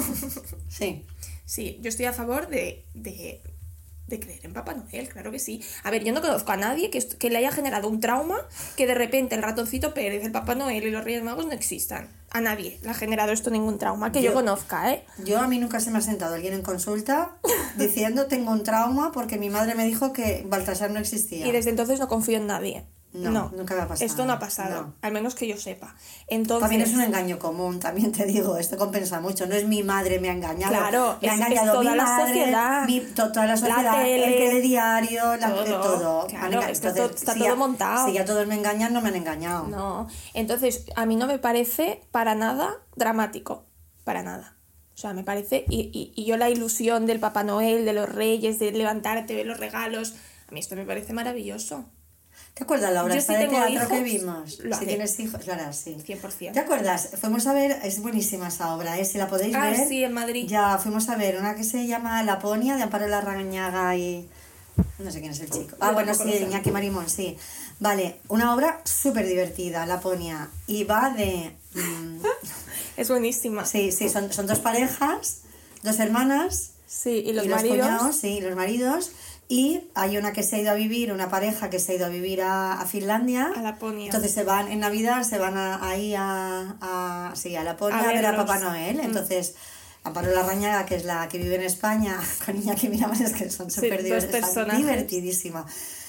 Sí. Sí, yo estoy a favor de, de, de creer en Papá Noel, claro que sí. A ver, yo no conozco a nadie que, que le haya generado un trauma que de repente el ratoncito Pérez, el Papá Noel y los Reyes Magos no existan. A nadie le ha generado esto ningún trauma, que yo, yo conozca, ¿eh? Yo a mí nunca se me ha sentado alguien en consulta diciendo tengo un trauma porque mi madre me dijo que Baltasar no existía. Y desde entonces no confío en nadie. No, no, nunca me ha pasado. Esto no ha pasado, no. Al menos que yo sepa. Entonces, también es un engaño común, también te digo, esto compensa mucho. No es mi madre me ha engañado. Claro, me ha es, engañado es toda mi la madre, sociedad. Mi, to, toda la sociedad, la tele, el telediario, la, todo. todo. Claro, enga- esto Entonces, está si todo ya, montado. Si ya todos me engañan, no me han engañado. No, entonces a mí no me parece para nada dramático, para nada. O sea, me parece, y, y, y yo la ilusión del Papá Noel, de los Reyes, de levantarte, ver los regalos, a mí esto me parece maravilloso. ¿Te acuerdas la obra Yo esta si de tengo teatro hijos, que vimos? lo Si haré. tienes hijos, lo harás, sí. cien por ciento. ¿Te acuerdas? Fuimos a ver, es buenísima esa obra, ¿eh? Si la podéis Ah, ver. sí, en Madrid. Ya, fuimos a ver una que se llama Laponia, de Amparo Larrañaga y... no sé quién es el chico. Ah, Yo bueno, tampoco sí, lo sé. Iñaki Marimón, sí. Vale, una obra súper divertida, Laponia. Y va de... mm, Es buenísima. sí, sí, son, son dos parejas, dos hermanas... Sí, y los y los maridos. cuñados, sí, los maridos. Y hay una que se ha ido a vivir, una pareja que se ha ido a vivir a, a Finlandia. A Laponia. Entonces se van en Navidad, se van a- ahí a, a, sí, a Laponia A a, ver a verlos. Papá Noel. Entonces, Amparo Larrañaga, que es la que vive en España, con Iñaki Miramas, es que son Sí, súper dos divertidas, personajes. divertidísima.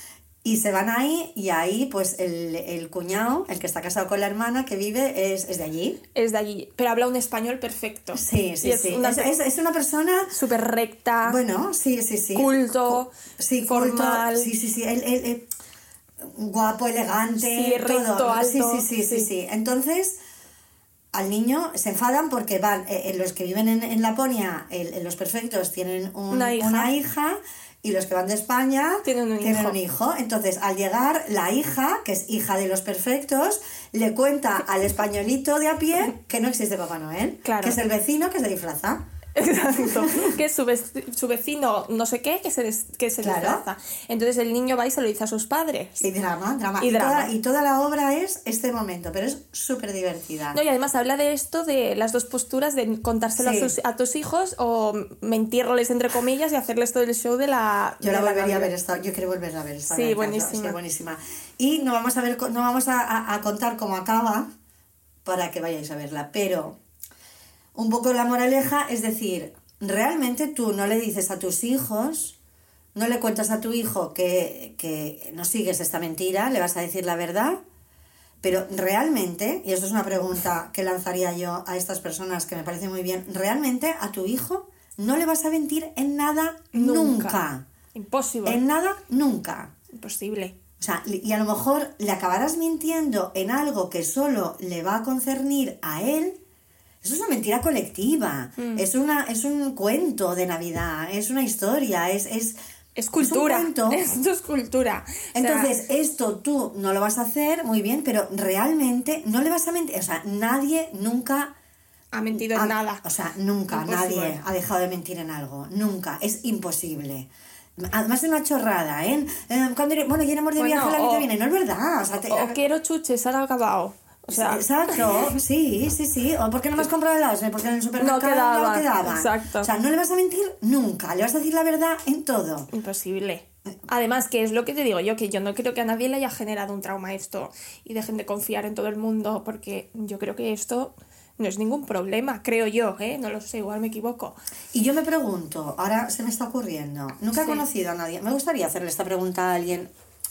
Y se van ahí, y ahí, pues, el, el cuñado, el que está casado con la hermana, que vive, es, es de allí. Es de allí, pero habla un español perfecto. Sí, sí, Y es sí. una Es, es, es una persona... súper recta. Bueno, sí, sí, sí. Culto, sí, formal. Culto, sí, sí, sí. Él, él, él, guapo, elegante, Sí, recto, todo. alto, Sí, sí, sí, sí, sí. sí. Entonces, al niño se enfadan porque van, eh, eh, los que viven en, en Laponia, el, el- los perfectos, tienen un- Una hija. una hija, y los que van de España Tienen un hijo. un hijo. Entonces, al llegar, la hija, que es hija de los perfectos, le cuenta al españolito de a pie que no existe Papá Noel, Claro. que es el vecino que se disfraza. Exacto. Que es su, vec- su vecino no sé qué que se, des- que se Claro. disfraza. Entonces el niño va y se lo dice a sus padres. Y drama, drama. Y Y, drama. Toda, y toda la obra es este momento, pero es súper divertida. No, y además habla de esto, de las dos posturas, de contárselo Sí. a, sus- a tus hijos o mentirles entre comillas y hacerles todo el show de la... Yo de la volvería a Navidad. ver esta, yo quiero volverla a ver esta. Sí, me encanta, buenísima. sí, buenísima. Y no vamos a ver, no vamos a, a- a contar cómo acaba para que vayáis a verla, pero un poco la moraleja es decir, realmente tú no le dices a tus hijos, no le cuentas a tu hijo que, que no sigues esta mentira, le vas a decir la verdad, pero realmente, y esto es una pregunta que lanzaría yo a estas personas que me parece muy bien, realmente a tu hijo no le vas a mentir en nada nunca. Imposible. En nada, nunca. Imposible. O sea, y a lo mejor le acabarás mintiendo en algo que solo le va a concernir a él. Eso es una mentira colectiva. Mm. Es una, es un cuento de Navidad. Es una historia. Es, es, Es cultura. Es un cuento. Esto es cultura. O sea, Entonces, esto tú no lo vas a hacer muy bien, pero realmente no le vas a mentir. O sea, nadie nunca... ha mentido ha- en nada. O sea, nunca Imposible. nadie ha dejado de mentir en algo. Nunca. Es imposible. Además es una chorrada, ¿eh? Eh, Cuando iré- bueno, iremos de Bueno, viaje el año o- que viene. No es verdad. O sea, te- O quiero chuches, ahora acabado. O sea, Exacto, sí, sí, sí. ¿O por qué no me has comprado helados? Porque en el supermercado no quedaban, quedaban. exacto. O sea, no le vas a mentir nunca. Le vas a decir la verdad en todo. imposible. Además, que es lo que te digo yo, que yo no creo que a nadie le haya generado un trauma esto y dejen de confiar en todo el mundo, porque yo creo que esto no es ningún problema, creo yo, ¿eh? No lo sé, igual me equivoco. Y yo me pregunto, ahora se me está ocurriendo, nunca he Sí. conocido a nadie. Me gustaría hacerle esta pregunta a alguien.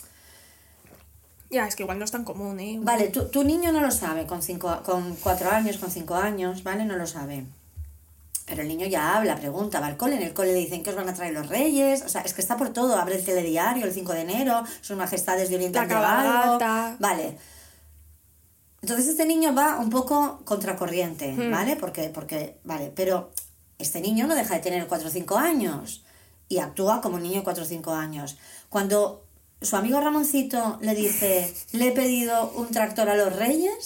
Ya, es que igual no es tan común, ¿eh? Vale, tu, tu niño no lo sabe con, cinco, con cuatro años, con cinco años, ¿vale? No lo sabe. Pero el niño ya habla, pregunta, va al cole, en el cole le dicen que os van a traer los reyes, o sea, es que está por todo, abre el telediario el cinco de enero, sus majestades de Oriente La han llegado. cabalgata. Vale. Entonces este niño va un poco contracorriente, Hmm. ¿vale? Porque, porque, vale, pero este niño no deja de tener cuatro o cinco años y actúa como un niño de cuatro o cinco años. Cuando su amigo Ramoncito le dice, le he pedido un tractor a los reyes,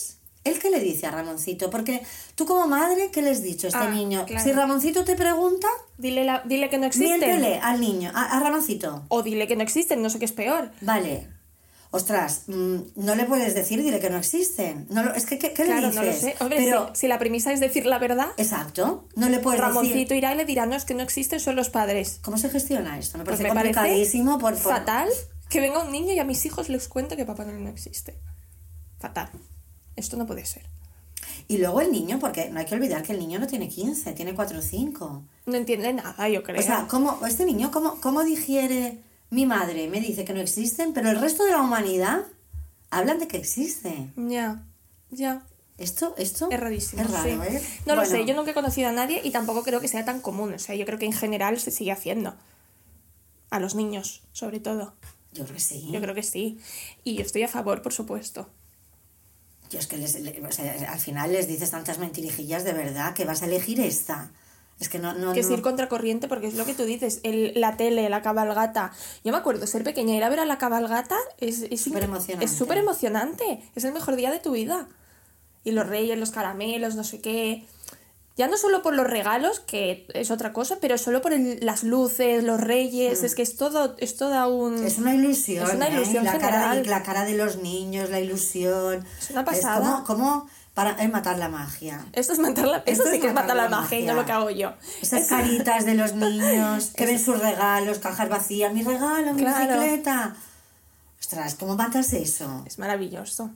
¿Él qué le dice a Ramoncito? Porque tú como madre, ¿qué le has dicho a este Ah, niño? claro. Si Ramoncito te pregunta, Dile, la, dile que no existen. miéntele al niño, a, a Ramoncito. O dile que no existen, no sé qué es peor. Vale. Ostras, mmm, no le puedes decir, dile que no existen. No lo, es que, ¿qué, qué Claro, le dices? no lo sé. Hombre, Pero, si, si la premisa es decir la verdad, exacto, no le puedes Ramoncito decir... irá y le dirá, no, es que no existen, son los padres. ¿Cómo se gestiona esto? Me Pues parece me parece complicadísimo. Por, por... fatal que venga un niño y a mis hijos les cuente que Papá Noel no existe. Fatal. Esto no puede ser. Y luego el niño, porque no hay que olvidar que el niño no tiene quince, tiene cuatro o cinco. No entiende nada, yo creo. O sea, ¿cómo, este niño, ¿cómo, cómo digiere? Mi madre me dice que no existen, pero el resto de la humanidad hablan de que existen. Ya, ya. Esto, esto Es rarísimo. es raro, sí. ¿eh? No lo Bueno, sé, yo nunca he conocido a nadie y tampoco creo que sea tan común. O sea, yo creo que en general se sigue haciendo. A los niños, sobre todo. Yo creo que sí. Yo creo que sí. Y yo estoy a favor, por supuesto. Yo es que les, le- o sea, al final les dices tantas mentirijillas de verdad que vas a elegir esta. Es que no... no, Que es no. ir contracorriente, porque es lo que tú dices, el, la tele, la cabalgata. Yo me acuerdo, ser pequeña, ir a ver a la cabalgata es es Súper inc- emocionante. Es súper emocionante. Es el mejor día de tu vida. Y los reyes, los caramelos, no sé qué. Ya no solo por los regalos, que es otra cosa, pero solo por el- las luces, los reyes. Es que es todo, es toda un... Es una ilusión. Es una ¿eh? ilusión la cara, general. y la cara de los niños, la ilusión. Es una pasada. como, como para es matar la magia. Esto es matar la, Esto eso sí es que es matar matar la la magia y magia. no lo que hago yo. Esas Es- caritas de los niños que ven sus regalos, cajas vacías, mi regalo, mi Claro. bicicleta. Ostras, ¿cómo matas eso? Es maravilloso.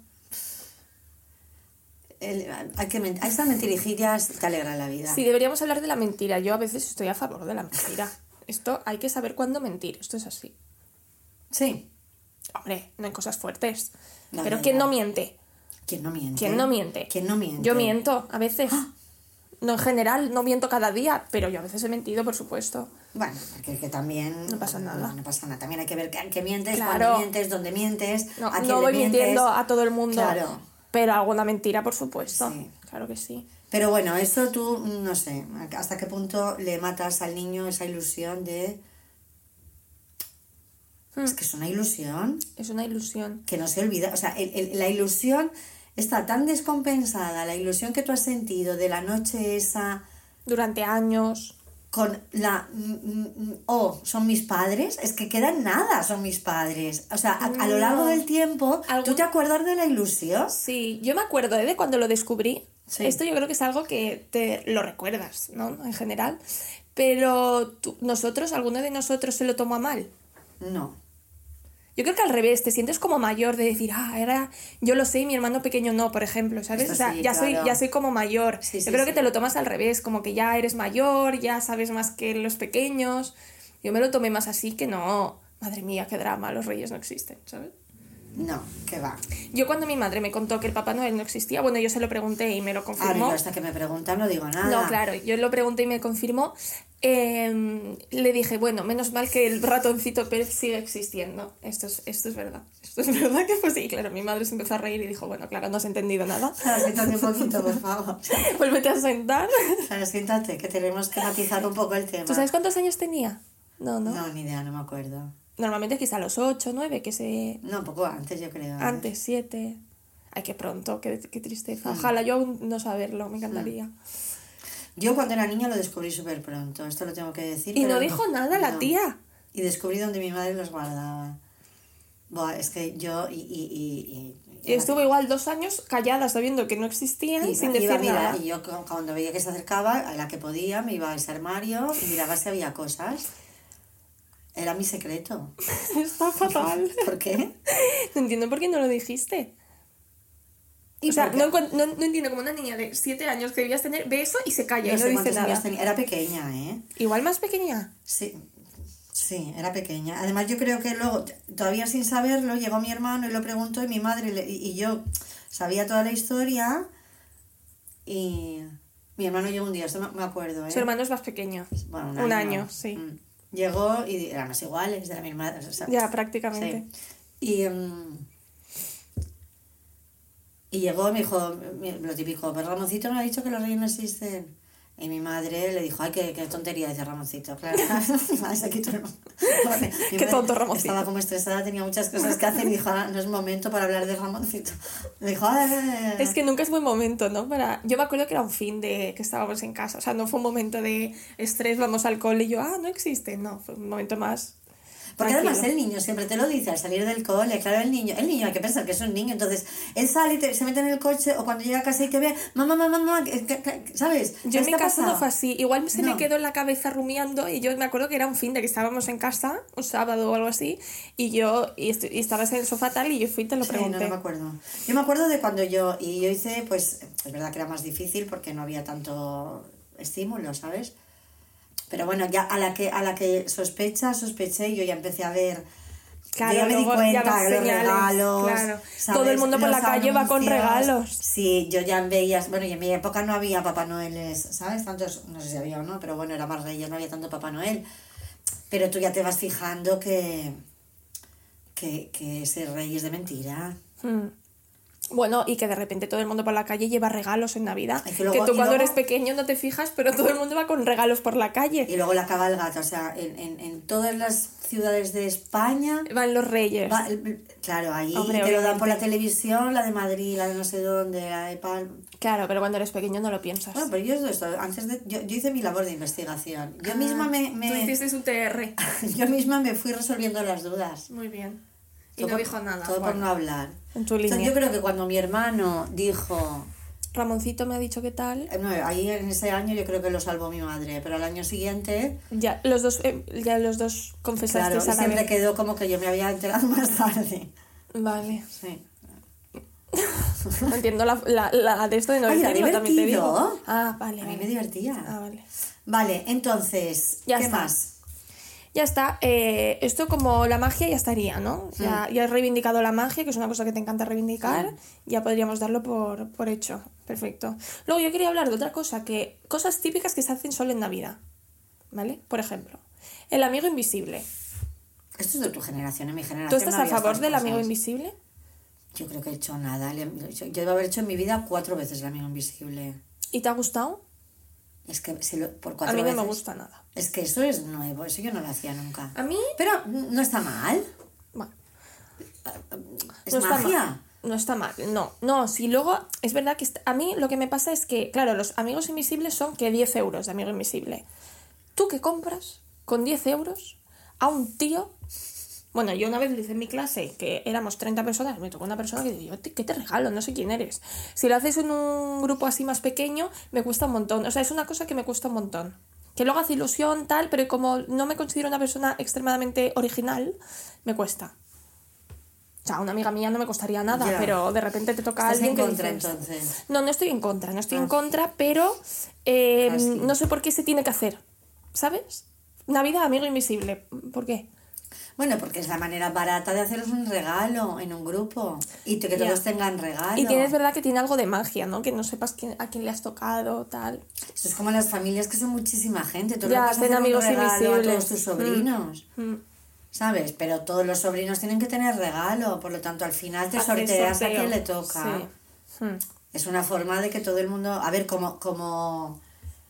El- hay que men- a esas mentirijillas te alegra la vida. Sí, deberíamos hablar de la mentira. Yo a veces estoy a favor de la mentira. Esto hay que saber cuándo mentir. Esto es así. Sí. Hombre, no hay cosas fuertes. No, Pero ya, ¿quién ya. no miente? ¿Quién no miente? ¿Quién no miente? ¿Quién no miente? Yo miento a veces. No en general, no miento cada día, pero yo a veces he mentido, por supuesto. Bueno, porque que también... No pasa nada. No, no pasa nada. También hay que ver qué, qué mientes, Claro. cuándo mientes, dónde mientes, No, a quién no le voy mientes. mintiendo a todo el mundo. Claro. Pero alguna mentira, por supuesto. Sí. Claro que sí. Pero bueno, eso tú, no sé, hasta qué punto le matas al niño esa ilusión de... Hmm. Es que es una ilusión Es una ilusión. que no se olvida. O sea, el- el- la ilusión está tan descompensada, la ilusión que tú has sentido de la noche esa Durante años. con la... mm, mm, oh, son mis padres, es que queda en nada, son mis padres. O sea, a, a lo largo No. del tiempo, ¿tú Algún- te acuerdas de la ilusión? Sí, yo me acuerdo ¿eh? de cuando lo descubrí. Sí. Esto yo creo que es algo que te lo recuerdas, ¿no? En general. Pero tú- nosotros, ¿alguno de nosotros se lo tomó a mal? No. Yo creo que al revés, te sientes como mayor de decir, ah, era, yo lo sé y mi hermano pequeño no, por ejemplo, ¿sabes? Esto O sea, sí, ya, soy, claro. ya soy como mayor. Sí, yo sí, creo sí. que te lo tomas al revés, como que ya eres mayor, ya sabes más que los pequeños. Yo me lo tomé más así que no, madre mía, qué drama, los reyes no existen, ¿sabes? No, que va. Yo cuando mi madre me contó que el Papá Noel no existía, bueno, yo se lo pregunté y me lo Ahora confirmó. yo hasta que me preguntan no digo nada. No, claro, yo lo pregunté y me confirmó. Eh, le dije, bueno, menos mal que el ratoncito Pérez sigue existiendo. Esto es, esto es verdad. Esto es verdad que fue así. Claro, mi madre se empezó a reír y dijo, bueno, claro, no has entendido nada. Sara, siéntate un poquito, por favor. Vuélvete a sentar. Sara, siéntate, que tenemos que matizar un poco el tema. ¿Tú sabes cuántos años tenía? No, no. No, ni idea, no me acuerdo. Normalmente quizá a los ocho, nueve, que se... No, un poco antes, yo creo. ¿eh? Antes, siete. Ay, qué pronto, qué, qué tristeza. Ojalá yo aún no saberlo, me encantaría. Yo cuando era niña lo descubrí súper pronto, esto lo tengo que decir. Y pero no dijo nada la no. tía. Y descubrí donde mi madre los guardaba. Buah, es que yo y... y, y, y Y estuvo igual dos años callada, sabiendo que no existían, y- sin iba, decir mira, nada. y yo cu- cuando veía que se acercaba, a la que podía, me iba a ese armario y miraba si había cosas. Era mi secreto. Está fatal. ¿Por qué? No entiendo por qué no lo dijiste. ¿Y O sea, por qué? no, encuent- no, no entiendo como una niña de siete años que debías tener, ve eso y se calla No y no sé dice cuántos nada. años tenía. Era pequeña, ¿eh? Igual más pequeña. Sí, sí, era pequeña. Además, yo creo que luego, t- todavía sin saberlo, llegó mi hermano y lo preguntó y mi madre le- y, y yo sabía toda la historia y mi hermano llegó un día, esto me, me acuerdo, ¿eh? Su hermano es más pequeño. Bueno, un año, sí. Mm. Llegó y di- éramos iguales, de la misma... o sea, Ya, prácticamente. sí. Y, mm, y llegó y me dijo, mi- lo típico, pero Ramoncito me ha dicho que los reyes no existen. Y mi madre le dijo, ay, qué, qué tontería, dice Ramoncito. Claro, mi madre se quitó el... Mi Qué madre tonto Ramoncito. Estaba como estresada, tenía muchas cosas que hacer y dijo, ahora no es momento para hablar de Ramoncito. Le dijo, ay, ay, ay, ay. Es que nunca es buen momento, ¿no? Para... Yo me acuerdo que era un fin de que estábamos en casa. O sea, no fue un momento de estrés, vamos al cole y yo, ah, no existe. No, fue un momento más... Porque tranquilo. además el niño siempre te lo dice al salir del cole, claro, el niño, el niño hay que pensar que es un niño, entonces él sale y te- se mete en el coche o cuando llega a casa y te ve, mamá, mamá, mamá, que- que- que- ¿sabes? Yo en mi ¿Qué ha casa no pasado? fue así. Igual se No. me quedó en la cabeza rumiando y yo me acuerdo que era un fin de que estábamos en casa, un sábado o algo así, y yo y, est- y estabas en el sofá tal y yo fui y te lo Sí, pregunté. no, no me acuerdo. Yo me acuerdo de cuando yo, y yo hice, pues, es verdad que era más difícil porque no había tanto estímulo, ¿sabes? Pero bueno, ya a la que, a la que sospecha, sospeché, yo ya empecé a ver... Claro, yo ya me di luego ya cuenta ves de los señales, regalos. claro. ¿sabes? Todo el mundo por Los la calle va con anuncios. regalos. Sí, yo ya veía, bueno, y en mi época no había Papá Noeles, ¿sabes? Tantos, no sé si había o no, pero bueno, era más Reyes, no había tanto Papá Noel. Pero tú ya te vas fijando que, que, que ese rey es de mentira. Hmm. Bueno, y que de repente todo el mundo por la calle lleva regalos en Navidad. Es que Que, luego- tú y cuando luego- eres pequeño no te fijas, pero todo el mundo va con regalos por la calle. Y luego la cabalgata, o sea, en, en, en todas las ciudades de España... Van los reyes. va- claro, ahí Hombre, te lo dan por la obviamente. televisión, la de Madrid, la de no sé dónde, la de Palma... Claro, pero cuando eres pequeño no lo piensas. Bueno, pero yo esto, antes de, yo, yo hice mi labor de investigación. Yo misma me, me Tú hiciste un T R. yo misma me fui resolviendo las dudas. Muy bien. Y Todo no por- dijo nada. Todo por Bueno, no hablar. en tu O sea, línea. yo creo que cuando mi hermano dijo, Ramoncito me ha dicho qué tal. eh, no, ahí en ese año yo creo que lo salvó mi madre, pero al año siguiente, Ya los dos, eh, ya los dos claro, confesasteis y a la siempre vez. quedó como que yo me había enterado más tarde. Vale. Sí. No entiendo la, la, la de esto de no Ay, era decirlo, también te digo. divertido. Ah, vale. A mí vale. me divertía. Ah, vale. Vale, entonces, Ya ¿qué está. más? Ya está. eh, esto como la magia ya estaría, ¿no? Ya, Mm. ya has reivindicado la magia, que es una cosa que te encanta reivindicar. Ya podríamos darlo por, por hecho. Perfecto. Luego yo quería hablar de otra cosa, que cosas típicas que se hacen solo en Navidad. ¿Vale? Por ejemplo, el amigo invisible. Esto es de tu generación, en mi generación. ¿Tú estás no a había favor estas del amigo cosas. invisible? Yo creo que he hecho nada. Le- Yo yo debo haber hecho en mi vida cuatro veces el amigo invisible. ¿Y te ha gustado? Es que si lo- por A cuatro mí no veces. me gusta nada. Es que eso es nuevo, eso yo no lo hacía nunca. A mí, Pero no está mal. bueno, Es no está magia. mal. No está mal, no. No, si luego, es verdad que est- a mí lo que me pasa es que, claro, los amigos invisibles son que diez euros de amigo invisible. ¿Tú qué compras con diez euros a un tío? Bueno, yo una vez lo hice en mi clase, que éramos treinta personas, me tocó una persona que dijo, ¿qué te regalo? No sé quién eres. Si lo haces en un grupo así más pequeño, me cuesta un montón. O sea, es una cosa que me cuesta un montón. Que luego hace ilusión, tal, pero como no me considero una persona extremadamente original, me cuesta. O sea, a una amiga mía no me costaría nada, Ya. pero de repente te toca a Estás alguien en que contra, dices- entonces. No, no estoy en contra, no estoy Ah. en contra, pero eh, Casi. no sé por qué se tiene que hacer, ¿sabes? Navidad, amigo invisible, ¿por qué? Bueno, porque es la manera barata de haceros un regalo en un grupo. Y que Ya. todos tengan regalo. Y tienes verdad que tiene algo de magia, ¿no? Que no sepas quién, a quién le has tocado, tal. Esto es como las familias que son muchísima gente. Tú no Ya, puedes hacen hacer un amigos regalo a invisibles. todos tus sobrinos. Mm. ¿Sabes? Pero todos los sobrinos tienen que tener regalo. Por lo tanto, al final te Hacer sorteas a sorteo. quien le toca. Sí. Mm. Es una forma de que todo el mundo... A ver, como... como...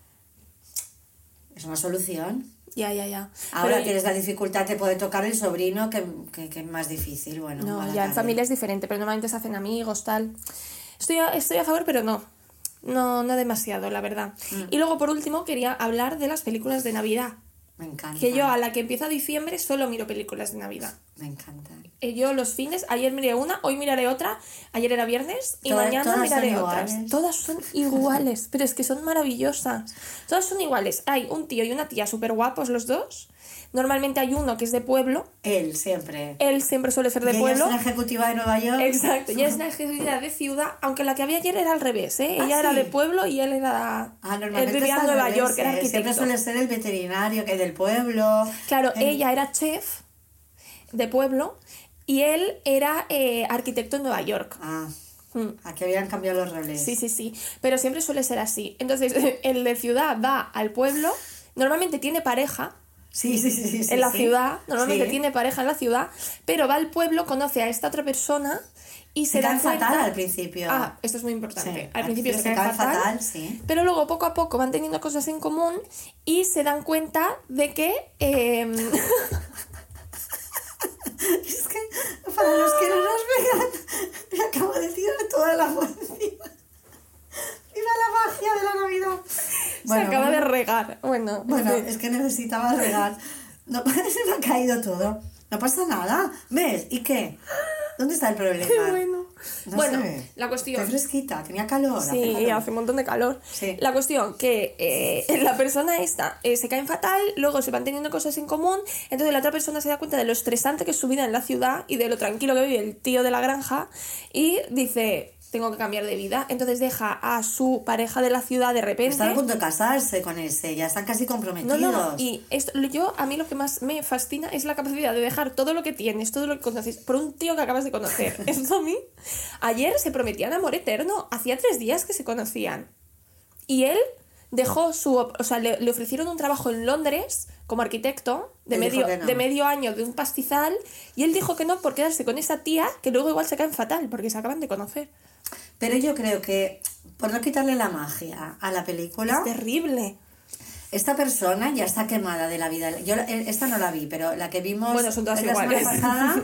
Es una solución. Ya, ya, ya. Ahora Pero- tienes la dificultad, te puede tocar el sobrino, que, que, que es más difícil. Bueno, No, mala ya en tarde. familia es diferente, pero normalmente se hacen amigos, tal. Estoy a, estoy a favor, pero no. No, no demasiado, la verdad. Mm. Y luego, por último, quería hablar de las películas de Navidad. Me encanta. Que yo a la que empieza diciembre solo miro películas de Navidad. Me encanta. Eh, Yo los fines, ayer miré una, hoy miraré otra, ayer era viernes y Todas- mañana todas miraré son otras. iguales. Todas son iguales, pero es que son maravillosas. Todas son iguales. Hay un tío y una tía súper guapos los dos. Normalmente hay uno que es de pueblo. Él, siempre. Él siempre suele ser de Y ella pueblo. es una ejecutiva de Nueva York. Exacto, ella es una ejecutiva de ciudad, aunque la que había ayer era al revés, ¿eh? Ah, Ella era sí. de pueblo y él era... Ah, él normalmente vivía está en al Nueva revés, York, era eh. Siempre arquitecto. suele ser el veterinario que del pueblo. Claro, El- ella era chef de pueblo y él era eh, arquitecto en Nueva York. Ah, Mm. aquí habían cambiado los roles. Sí, sí, sí, pero siempre suele ser así. Entonces, el de ciudad va al pueblo, normalmente tiene pareja Sí, sí, sí. sí, sí, en la sí. ciudad, normalmente Sí. tiene pareja en la ciudad, pero va al pueblo, conoce a esta otra persona y se, Se dan caen cuenta... fatal al principio. Ah, esto es muy importante. Sí, al al principio se, principio se caen caen fatal, fatal, sí. pero luego poco a poco van teniendo cosas en común y se dan cuenta de que... Eh, Es que, para los que no nos vean, me acabo de tirar toda la agua encima. ¡Viva la magia de la Navidad! se acaba de regar. Bueno, Bueno, en fin. es que necesitaba regar. No, se me ha caído todo. No pasa nada. ¿Ves? ¿Y qué? ¿Dónde está el problema? Qué bueno. No bueno, sé. la cuestión... Estoy fresquita, tenía calor. hace Sí, calor. hace un montón de calor. Sí. La cuestión que eh, la persona esta eh, se caen fatal, luego se van teniendo cosas en común, entonces la otra persona se da cuenta de lo estresante que es su vida en la ciudad y de lo tranquilo que vive el tío de la granja y dice, tengo que cambiar de vida. Entonces deja a su pareja de la ciudad de repente... Están a punto de casarse con ese, ya están casi No, comprometidos. no, no. Y esto, yo, a mí lo que más me fascina es la capacidad de dejar todo lo que tienes, todo lo que conoces, por un tío que acabas de conocer. Esto a mí. Ayer se prometían amor eterno. Hacía tres días que se conocían. Y él dejó su... O sea, le, le ofrecieron un trabajo en Londres como arquitecto de Él dijo medio, que no. de medio año de un pastizal. Y él dijo que no por quedarse con esa tía que luego igual se caen fatal porque se acaban de conocer. Pero yo creo que, por no quitarle la magia a la película, Es terrible. esta persona ya está quemada de la vida. Yo la- esta no la vi, pero la que vimos Bueno, son todas la semana iguales. pasada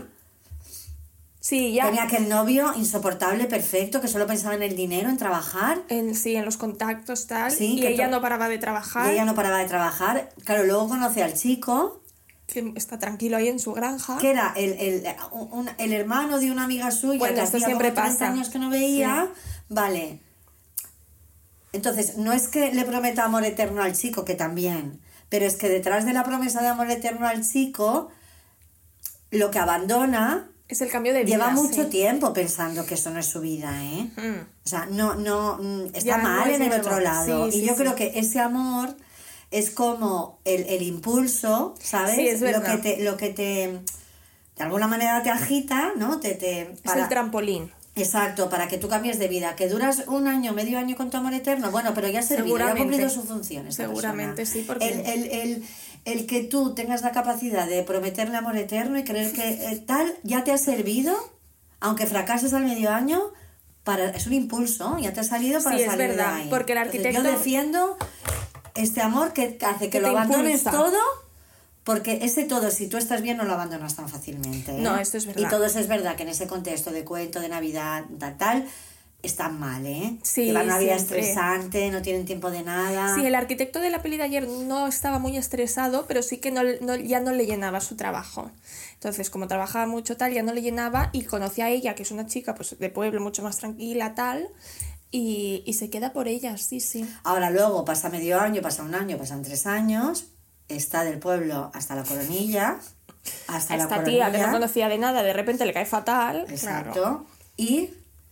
Sí, ya. tenía aquel novio insoportable, perfecto, que solo pensaba en el dinero, en trabajar. En, sí, en los contactos tal. Sí, y que ella to- no paraba de trabajar. Y ella no paraba de trabajar. Claro, luego conoce al chico, Que está tranquilo ahí en su granja. que era el, el, un- el hermano de una amiga suya, Bueno, que esto hacía siempre como treinta pasa. años que no veía. Vale. Entonces, no es que le prometa amor eterno al chico, que también, pero es que detrás de la promesa de amor eterno al chico, lo que abandona Es el cambio de vida. lleva mucho sí. tiempo pensando que eso no es su vida, ¿eh? Mm. O sea, no, no, mm, está Ya, no mal es en el nuevo. otro lado. Sí, y sí, yo sí. creo que ese amor es como el, el impulso, ¿sabes? Sí, es lo verdad. que te, lo que te, de alguna manera te agita, ¿no? Te, te, Es para- el trampolín. Exacto, para que tú cambies de vida. Que duras un año, medio año con tu amor eterno, bueno, pero ya ha servido, ya ha Seguramente. cumplido su función esa Seguramente, persona. sí, porque- El, el, el, el que tú tengas la capacidad de prometerle amor eterno y creer que eh, tal ya te ha servido, aunque fracases al medio año, para, es un impulso, ya te ha salido para Sí, es salir verdad, de ahí. porque el Entonces, arquitecto- yo defiendo este amor que hace que, Que lo te abandones impulsa. todo. Porque ese todo, si tú estás bien, no lo abandonas tan fácilmente. ¿eh? No, esto es verdad. Y todo eso es verdad, que en ese contexto de cuento, de Navidad, tal, tal, están mal, ¿eh? Sí, Llevan una vida siempre. estresante, no tienen tiempo de nada. Sí, el arquitecto de la peli de ayer no estaba muy estresado, pero sí que no, no- ya no le llenaba su trabajo. Entonces, como trabajaba mucho tal, ya no le llenaba y conocía a ella, que es una chica pues de pueblo mucho más tranquila, tal, y, y se queda por ella, sí, sí. Ahora luego pasa medio año, pasa un año, pasan tres años, está del pueblo hasta la coronilla, hasta A la esta coronilla. tía que no conocía de nada, de repente le cae fatal. Exacto. Claro. Y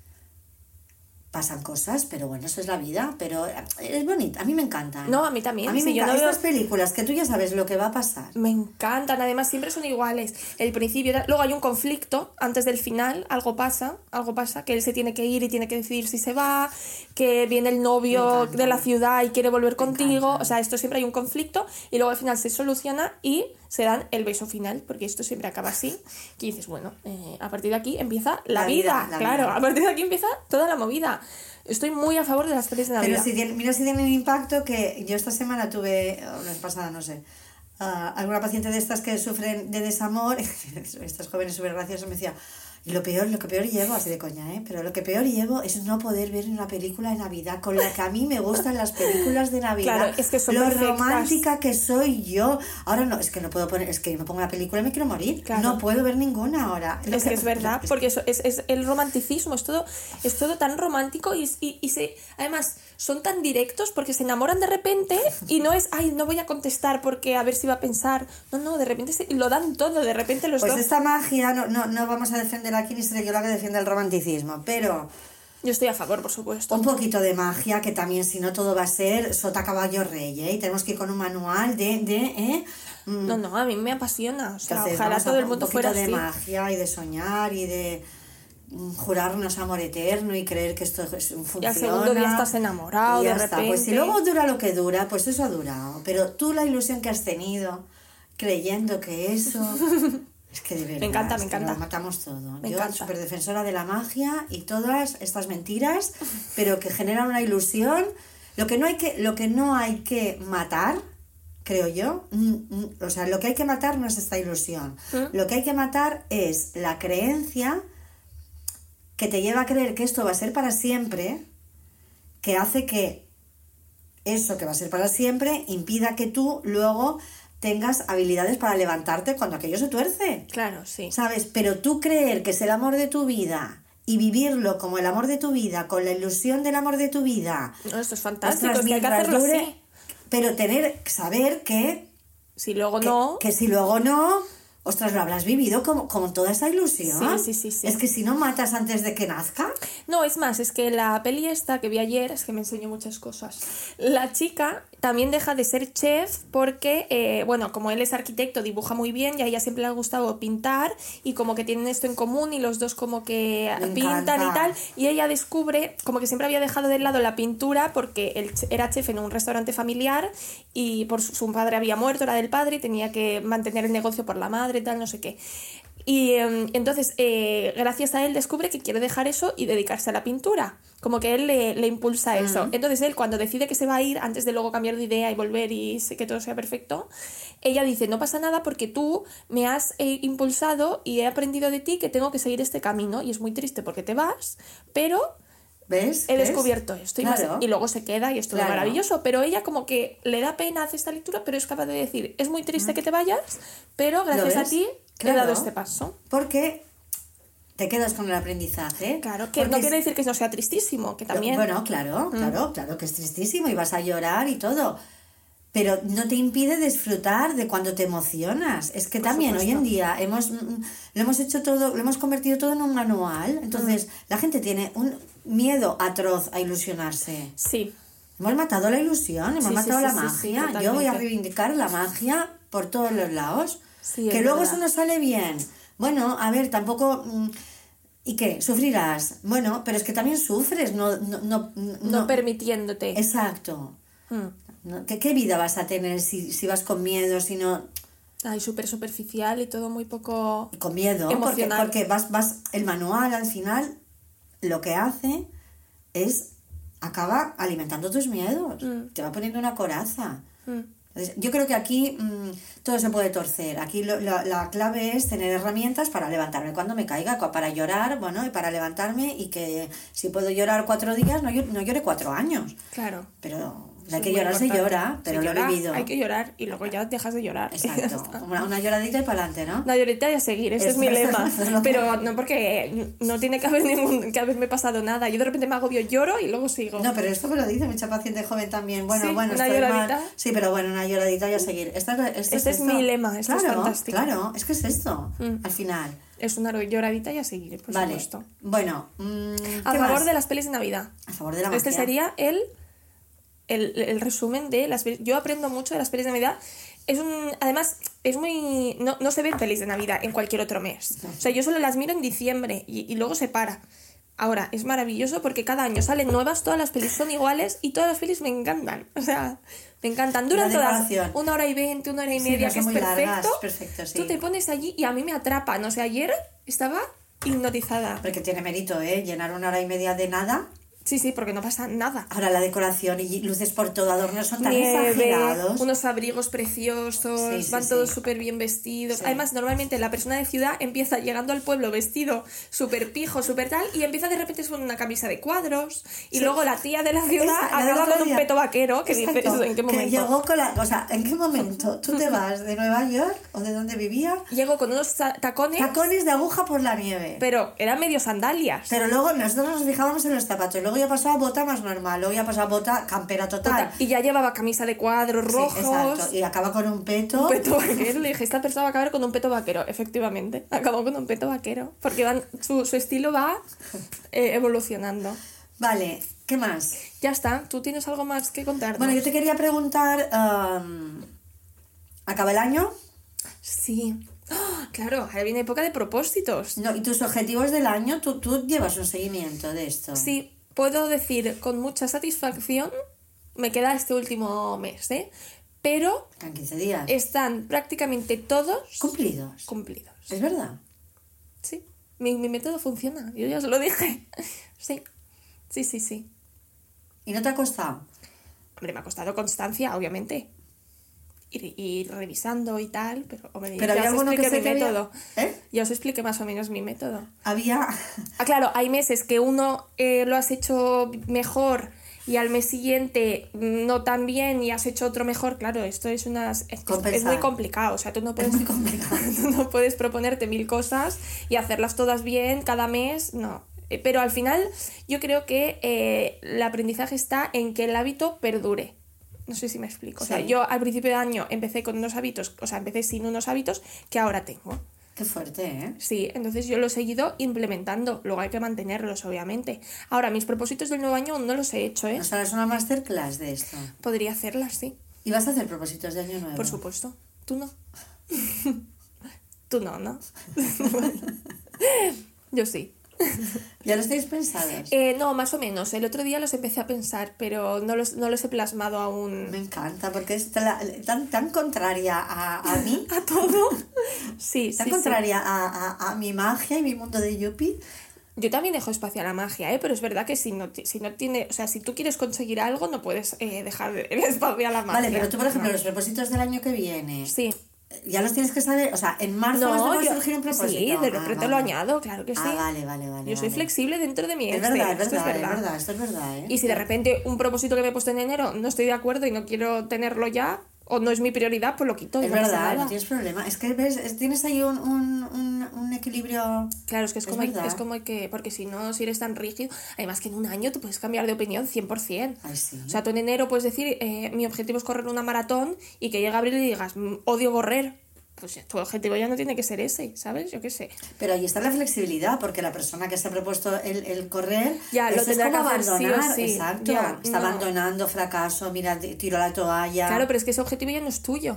pasan cosas, pero bueno, eso es la vida, pero es bonita, a mí me encanta. ¿eh? No, a mí también, A mí sí, me yo encantan no veo- estas películas que tú ya sabes lo que va a pasar. Me encantan, además siempre son iguales. El principio, tal, luego hay un conflicto antes del final, algo pasa, algo pasa, que él se tiene que ir y tiene que decidir si se va, que viene el Me novio encanta. de la ciudad y quiere volver contigo, encanta. o sea, esto siempre hay un conflicto y luego al final se soluciona y se dan el beso final, porque esto siempre acaba así, que dices, bueno, eh, a partir de aquí empieza la, La vida, vida, la claro, vida. a partir de aquí empieza toda la movida. Estoy muy a favor de las pelis de Navidad. Pero si tiene, mira si tienen impacto, que yo esta semana tuve, o la pasada, no sé, ah, alguna paciente de estas que sufren de desamor, estas jóvenes súper graciosas, me decía, y lo peor, lo que peor llevo, así de coña, ¿eh? Pero lo que peor llevo es no poder ver una película de Navidad, con la que a mí me gustan las películas de Navidad. Claro, es que son lo perfectas. romántica que soy yo. Ahora no, es que no puedo poner, es que yo me pongo una película y me quiero morir. Claro. No puedo ver ninguna ahora. Lo Es que es verdad, es porque eso es, es el romanticismo, es todo, es todo tan romántico y, y, y se, además son tan directos porque se enamoran de repente y no es, ay, no voy a contestar porque a ver si va a pensar. No, no, de repente se, lo dan todo, de repente los Pues dos. esta magia, no, no, no vamos a defender aquí, ni seré yo la que defiende el romanticismo, pero Yo estoy a favor, por supuesto. un poquito de magia, que también si no todo va a ser sota, caballo, rey, ¿eh? Y tenemos que ir con un manual de... de ¿eh? Mm, No, no, a mí me apasiona. O sea, entonces ojalá vamos a todo el un mundo poquito fuera de así. magia y de soñar y de mm, jurarnos amor eterno y creer que esto es, funciona. Y al segundo día estás enamorado, Y ya de está. Pues si repente. luego dura lo que dura, pues eso ha durado. Pero tú la ilusión que has tenido, creyendo que eso... Es que de verdad, Me encanta, es me que encanta. Lo matamos todo. Me Yo, encanta. súper defensora de la magia y todas estas mentiras, pero que generan una ilusión. Lo que no hay que, lo que no hay que matar, creo yo, mm, mm, o sea, lo que hay que matar no es esta ilusión. ¿Mm? Lo que hay que matar es la creencia que te lleva a creer que esto va a ser para siempre, que hace que eso que va a ser para siempre impida que tú luego tengas habilidades para levantarte cuando aquello se tuerce. Claro, sí. ¿Sabes? Pero tú creer que es el amor de tu vida y vivirlo como el amor de tu vida, con la ilusión del amor de tu vida. No, esto es fantástico, ostras, es que hay que mientras hacerlo dure, así. pero tener, saber que, Si luego que, no... que si luego no, ostras, lo habrás vivido como, como toda esa ilusión. Sí, sí, sí, sí. Es que si no matas antes de que nazca. No, es más, es que la peli esta que vi ayer, es que me enseñó muchas cosas. La chica también deja de ser chef porque, eh, bueno, como él es arquitecto, dibuja muy bien y a ella siempre le ha gustado pintar y como que tienen esto en común y los dos como que Me pintan encanta. y tal. Y ella descubre, como que siempre había dejado de lado la pintura porque él ch- era chef en un restaurante familiar y por su, su padre había muerto, era del padre y tenía que mantener el negocio por la madre, tal, no sé qué. Y eh, entonces, eh, gracias a él, descubre que quiere dejar eso y dedicarse a la pintura. Como que él le, le impulsa a eso. Entonces, él, cuando decide que se va a ir, antes de luego cambiar de idea y volver y se- que todo sea perfecto, ella dice, no pasa nada porque tú me has eh, impulsado y he aprendido de ti que tengo que seguir este camino. Y es muy triste porque te vas, pero ¿Ves? he ¿Ves? descubierto esto. Y, Claro. más- y luego se queda y es todo Claro. maravilloso. Pero ella como que le da pena hacer esta lectura, pero es capaz de decir, es muy triste que te vayas, pero gracias a ves? ti Claro. he dado este paso. Porque te quedas con el aprendizaje. Claro, que Porque no es- quiere decir que no sea tristísimo, que también... Bueno, claro, claro, claro que es tristísimo y vas a llorar y todo. Pero no te impide disfrutar de cuando te emocionas. Es que Por también hoy supuesto. en día hemos mm, lo hemos hecho todo, lo hemos convertido todo en un manual. Entonces, la gente tiene un miedo atroz a ilusionarse. Sí, Hemos matado la ilusión, hemos Sí, sí, matado sí, la sí, sí, magia. Yo totalmente. voy a reivindicar la magia por todos los lados. Sí, que es luego verdad. eso no sale bien. Bueno, a ver, tampoco... mm, ¿Y qué? ¿Sufrirás? Bueno, pero es que también sufres, no... No, no, no, no- permitiéndote. Exacto. Mm. ¿No? ¿Qué, ¿Qué vida vas a tener si, si vas con miedo, si no... Ay, súper superficial y todo muy poco... Con miedo, porque, Emocional. porque vas, vas... El manual, al final, lo que hace es... Acaba alimentando tus miedos. Mm. Te va poniendo una coraza. Mm. Entonces, yo creo que aquí mm, todo se puede torcer. Aquí lo- la, la clave es tener herramientas para levantarme cuando me caiga, cu- para llorar, bueno, y para levantarme y que si puedo llorar cuatro días, no, llo- no llore cuatro años. Claro. Pero Eso hay es que muy llorar, se importante. llora, pero Se lo llora, he vivido. Hay que llorar y luego ya dejas de llorar. Y ya Exacto. está. Una, una lloradita y para adelante, ¿no? Una llorita y a seguir, ese es Eso, mi eso, lema. eso es lo que- Pero no porque no tiene que haber ningún, que haberme pasado nada. Yo de repente me agobio, lloro y luego sigo. No, pero esto me lo dice mucha paciente joven también. Bueno, Sí, bueno, una estoy mal. lloradita. Sí, pero bueno, una lloradita y a seguir. Esta, esto Este es esto. mi lema, esto es claro, fantástico. Claro, es que es esto, Mm. al final. Es una lloradita y a seguir, por Vale. supuesto. Bueno, mm, A ¿qué favor más? de las pelis de Navidad. A favor de la Este magia. sería el, el, el resumen de las pelis. Yo aprendo mucho de las pelis de Navidad. Es un, además, es muy... No, no se ven pelis de Navidad en cualquier otro mes. O sea, yo solo las miro en diciembre y, y luego se para. Ahora, es maravilloso porque cada año salen nuevas, todas las pelis son iguales y todas las pelis me encantan. O sea, me encantan. Duran La todas decoración. una hora y veinte, una hora y Sí, media, no que es son muy perfecto. largas, perfecto, sí. Tú te pones allí y a mí me atrapan. O sea, ayer estaba hipnotizada. Porque tiene mérito, ¿eh? Llenar una hora y media de nada. Sí, sí, porque no pasa nada. Ahora la decoración y luces por todo, adornos son tan Nieve, exagerados. unos abrigos preciosos, Sí, sí, van sí. todos súper bien vestidos. Sí. Además, normalmente la persona de ciudad empieza llegando al pueblo vestido súper pijo, súper tal, y empieza de repente con una camisa de cuadros, y Sí. luego la tía de la ciudad Esa, la de acaba la con un ciudad. peto vaquero, que Exacto, dices, ¿en qué que momento? llegó con la... O sea, ¿en qué momento tú te vas de Nueva York o de donde vivía? Llego con unos ta- tacones, Tacones de aguja por la nieve. pero eran medio sandalias. Pero luego nosotros nos fijábamos en los zapatos. Luego ya pasaba bota más normal. Luego ya pasaba bota campera total. Y ya llevaba camisa de cuadros Sí, rojos. exacto. Y acaba con un peto. Un peto vaquero, le dije, esta persona va a acabar con un peto vaquero, efectivamente, acabó con un peto vaquero, porque van, su, su estilo va eh, evolucionando. Vale, ¿qué más? Ya está, ¿tú tienes algo más que contarnos? Bueno, yo te quería preguntar... um, ¿acaba el año? Sí. ¡Ah! Claro, ahora viene época de propósitos. No, ¿y tus objetivos del año? ¿Tú, tú llevas un seguimiento de esto? Sí, puedo decir con mucha satisfacción, me queda este último mes, ¿eh? Pero En quince días. están prácticamente todos Cumplidos. cumplidos. ¿Es verdad? Sí, mi, mi método funciona, yo ya os lo dije. Sí, sí, sí, sí. ¿Y no te ha costado? Hombre, me ha costado constancia, obviamente. Ir, ir revisando y tal, pero hombre, Pero ya había os alguno que expliqué se mi te había- método. ¿Eh? Ya os expliqué más o menos mi método. Había... Ah, claro, hay meses que uno eh, lo has hecho mejor y al mes siguiente no tan bien y has hecho otro mejor. Claro, esto es una es, es Compensar. muy complicado. O sea, tú no puedes, muy complicado. tú no puedes proponerte mil cosas y hacerlas todas bien cada mes. No. Eh, Pero al final yo creo que eh, el aprendizaje está en que el hábito perdure. No sé si me explico. O sea, Sí. yo al principio de año empecé con unos hábitos, o sea, empecé sin unos hábitos que ahora tengo. Qué fuerte, ¿eh? Sí, entonces yo lo he seguido implementando. Luego hay que mantenerlos, obviamente. Ahora, mis propósitos del nuevo año aún no los he hecho, ¿eh? Nos harás una masterclass de esto. Podría hacerlas, sí. ¿Y vas a hacer propósitos de año nuevo? Por supuesto. Tú no. Tú no, ¿no? Yo sí. ¿Ya los tenéis pensados? Eh, no, más o menos. El otro día los empecé a pensar, pero no los, no los he plasmado aún. Me encanta, porque es tan, tan, tan contraria a, a mí. ¿A todo? Sí, Tan sí, contraria a, a, a mi magia y mi mundo de Yuppie. Yo también dejo espacio a la magia, ¿eh? Pero es verdad que si no, ti- si no tiene... O sea, si tú quieres conseguir algo, no puedes eh, dejar el espacio a la magia. Vale, pero tú, por ejemplo, No. los propósitos del año que viene, Sí. ya los tienes que saber. O sea, en marzo vas No, a yo, surgir un propósito. sí, de repente Ah, lo vale. añado, claro que sí. Ah, vale, vale, vale. Yo soy vale. flexible dentro de mi Es Excel, verdad, es esto verdad, es es verdad. verdad, esto es verdad, ¿eh? Y si de repente un propósito que me he puesto en enero no estoy de acuerdo y no quiero tenerlo ya, o no es mi prioridad, pues lo quito. y Es no pasa verdad, nada. no tienes problema. Es que ves, es- tienes ahí un, un, un, un equilibrio. Claro, es que es Es como, hay, verdad. es como hay que... Porque si no, si eres tan rígido... Además que en un año tú puedes cambiar de opinión cien por ciento. Ay, sí. O sea, tú en enero puedes decir, eh, mi objetivo es correr una maratón y que llegue abril y digas, "Mm, odio correr". Pues tu objetivo ya no tiene que ser ese, ¿sabes? Yo qué sé. Pero ahí está la flexibilidad, porque la persona que se ha propuesto el, el correr, Ya, lo eso es tendrá como que hacer sí o abandonar, sí. exacto. Ya, está no. abandonando, fracaso, mira, t- tiro la toalla. Claro, pero es que ese objetivo ya no es tuyo,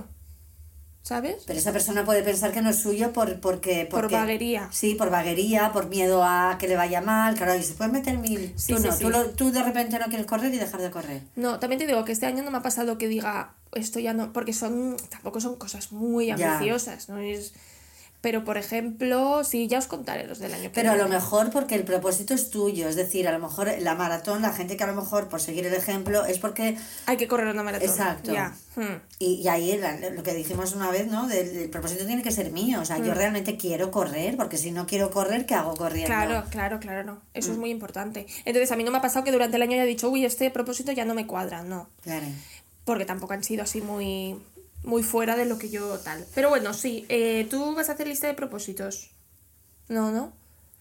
¿sabes? Pero esa persona puede pensar que no es suyo por, porque, Por porque... vaguería. Sí, por vaguería, por miedo a que le vaya mal. Claro, y se pueden meter mil... Sí, tú sí, no, sí. Tú, lo- tú de repente no quieres correr y dejar de correr. No, también te digo que este año no me ha pasado que diga, esto ya no... Porque son tampoco son cosas muy Ya. ambiciosas, ¿no? Es... Pero, por ejemplo, sí, ya os contaré los del año que Pero a viene. lo mejor porque el propósito es tuyo. Es decir, a lo mejor la maratón, la gente que a lo mejor, por seguir el ejemplo, es porque... Hay que correr una maratón. Exacto. Ya. Hmm. Y, y ahí la- lo que dijimos una vez, ¿no? Del, el propósito tiene que ser mío. O sea, yo realmente quiero correr, porque si no quiero correr, ¿qué hago corriendo? Claro, claro, claro, no. Eso Mm. es muy importante. Entonces, a mí no me ha pasado que durante el año haya dicho, uy, este propósito ya no me cuadra, no. Claro. Porque tampoco han sido así muy, muy fuera de lo que yo tal. Pero bueno, sí, eh, tú vas a hacer lista de propósitos. No, ¿no?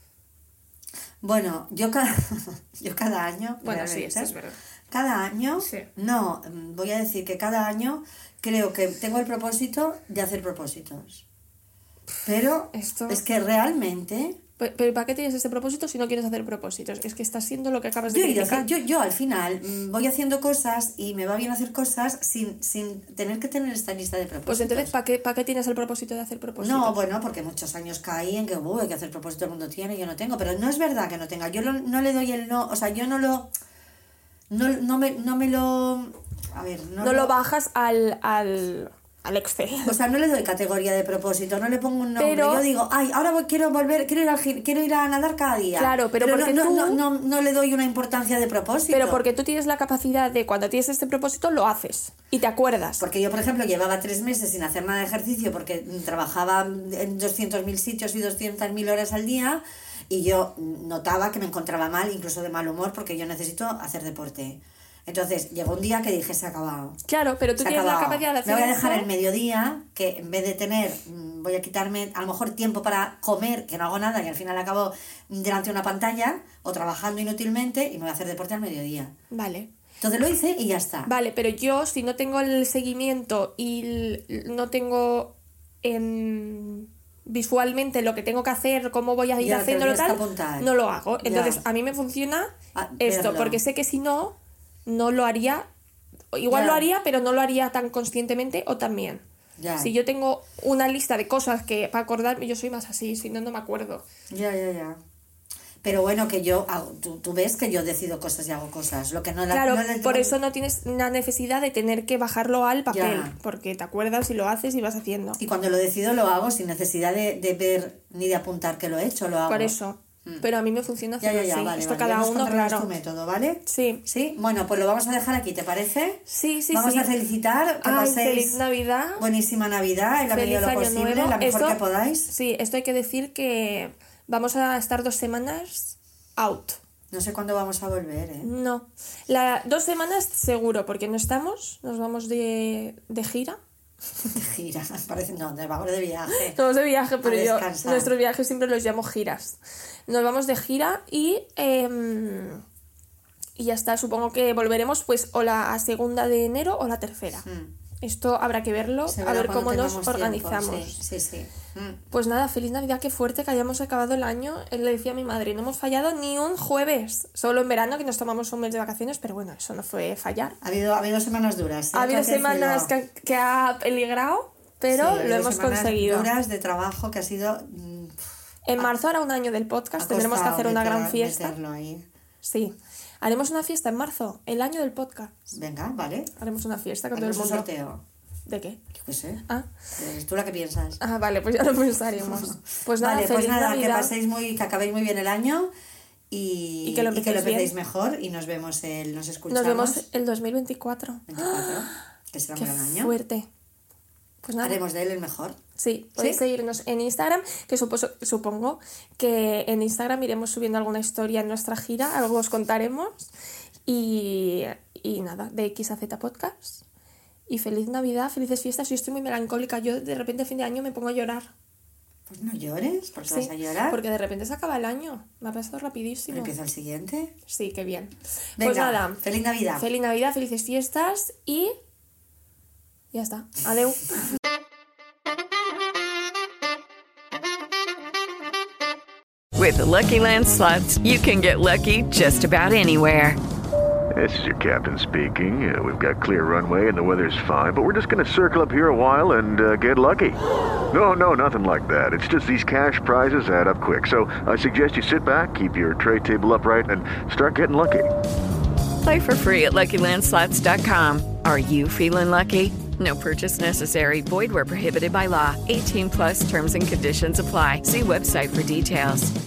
Bueno, yo cada, yo cada año... Bueno, realmente, sí, esto es verdad. Cada año... Sí. No, mm, voy a decir que cada año creo que tengo el propósito de hacer propósitos. Pero Esto- es que realmente... Pe- Pero ¿para qué tienes este propósito si no quieres hacer propósitos? Es que estás siendo lo que acabas de Yo, he ido criticar. haci- yo, yo al final mm, voy haciendo cosas y me va bien hacer cosas sin, sin tener que tener esta lista de propósitos. Pues entonces, ¿para qué, ¿para qué tienes el propósito de hacer propósitos? No, bueno, porque muchos años caí en que "Uy, hay que hacer propósito, todo el mundo tiene, yo no tengo". Pero no es verdad que no tenga. Yo lo- no le doy el no, o sea, yo no lo... No, no, me, no me lo... A ver, no, No lo bajas al, al, al Excel. O sea, no le doy categoría de propósito, no le pongo un nombre. Pero- Yo digo, ay, ahora voy, quiero volver, quiero ir, al, gim- quiero ir a nadar cada día. Claro, pero porque no, tú- no, no, no, no le doy una importancia de propósito. Pero porque tú tienes la capacidad de, cuando tienes este propósito, lo haces. Y te acuerdas. Porque yo, por ejemplo, llevaba tres meses sin hacer nada de ejercicio porque mm, trabajaba en doscientos mil sitios y doscientas mil horas al día y yo mm, notaba que me encontraba mal, incluso de mal humor, porque yo necesito hacer deporte. Entonces, llegó un día que dije, se ha acabado. Claro, pero tú Se ha tienes la acabado. capacidad de hacer Me voy a dejar eso. el mediodía, que en vez de tener, mm, voy a quitarme a lo mejor tiempo para comer, que no hago nada y al final acabo delante de una pantalla o trabajando inútilmente y me voy a hacer deporte al mediodía. Vale. Entonces lo hice y ya está. Vale, pero yo, si no tengo el seguimiento y l- no tengo en visualmente lo que tengo que hacer, cómo voy a ir Ya, te haciéndolo tienes tal, que apuntar. no lo hago. Ya. Entonces, a mí me funciona Ah, esto, verlo. porque sé que si no, no lo haría. Igual Ya. lo haría, pero no lo haría tan conscientemente o tan bien. Ya. Si yo tengo una lista de cosas que para acordarme, yo soy más así, si no, no me acuerdo. Ya, ya, ya. Pero bueno, que yo hago, tú, tú ves que yo decido cosas y hago cosas. Lo que no la, Claro, no les- por eso no tienes la necesidad de tener que bajarlo al papel, Ya. porque te acuerdas y lo haces y vas haciendo. Y cuando lo decido lo hago sin necesidad de, de ver ni de apuntar que lo he hecho, lo hago. Por eso. Pero a mí me funciona Ya, hacerlo ya, ya, así. vale, Esto vale. cada Ya nos uno, controlas claro. tu método, ¿vale? Sí. Sí, bueno, pues lo vamos a dejar aquí, ¿te parece? Sí, sí, Vamos sí. a felicitar, que Ay, paséis feliz Navidad. buenísima Navidad, en la medida Feliz de lo año posible, nuevo. la mejor Esto- que podáis. Sí, esto hay que decir que vamos a estar dos semanas out. No sé cuándo vamos a volver, ¿eh? No. La, dos semanas seguro, porque no estamos. Nos vamos de, de gira. Gira, parece, no, nos vamos de viaje. Nos vamos de viaje, pero A yo descansar. nuestros viajes siempre los llamo giras. Nos vamos de gira y em, y ya está. Supongo que volveremos pues o la segunda de enero o la tercera. Mm. Esto habrá que verlo, Se a verá ver cuando cómo nos tengamos tiempo, organizamos. Sí, sí, sí. Mm. Pues nada, feliz Navidad, qué fuerte que hayamos acabado el año. Él le decía a mi madre, no hemos fallado ni un jueves, solo en verano que nos tomamos un mes de vacaciones, pero bueno, eso no fue fallar. Ha habido, ha habido semanas duras. ¿eh? Ha habido Hay que semanas decirlo. que, que ha peligrado, pero Sí, ha lo habido hemos semanas conseguido. duras de trabajo que ha sido... mm, En marzo hará un año del ha podcast, tendremos que costado hacer una meter- gran fiesta. meterlo ahí. Sí, haremos una fiesta en marzo, el año del podcast. Venga, vale. Haremos una fiesta con todo el Hacemos un mundo. sorteo. ¿De qué? Yo qué sé. Ah, Eres tú la que piensas. ah vale, pues ya lo pensaremos. Pues nada, vale, feliz pues nada, Navidad. que paséis muy, que acabéis muy bien el año y, Y que lo empecéis empecéis bien. mejor y nos vemos el, nos escuchamos. Nos vemos el dos mil veinticuatro. veinticuatro, que será un Qué gran año. fuerte. Pues nada. Haremos de él el mejor. Sí, podéis ¿Sí? seguirnos en Instagram, que suposo- supongo que en Instagram iremos subiendo alguna historia en nuestra gira, algo os contaremos. Y, y nada, de X a Z Podcast. Y feliz Navidad, felices fiestas. Yo estoy muy melancólica. Yo de repente a fin de año me pongo a llorar. Pues no llores, porque Sí, vas a llorar. porque de repente se acaba el año. Me ha pasado rapidísimo. Empieza el siguiente. Sí, qué bien. Venga, Pues nada, feliz Navidad. feliz Navidad, felices fiestas y ya está. Adeu. With the Lucky Land Slots, you can get lucky just about anywhere. This is your captain speaking. Uh, we've got clear runway and the weather's fine, but we're just going to circle up here a while and uh, get lucky. No, no, nothing like that. It's just these cash prizes add up quick. So I suggest you sit back, keep your tray table upright, and start getting lucky. Play for free at Lucky Land Slots dot com. Are you feeling lucky? No purchase necessary. Void where prohibited by law. eighteen plus terms and conditions apply. See website for details.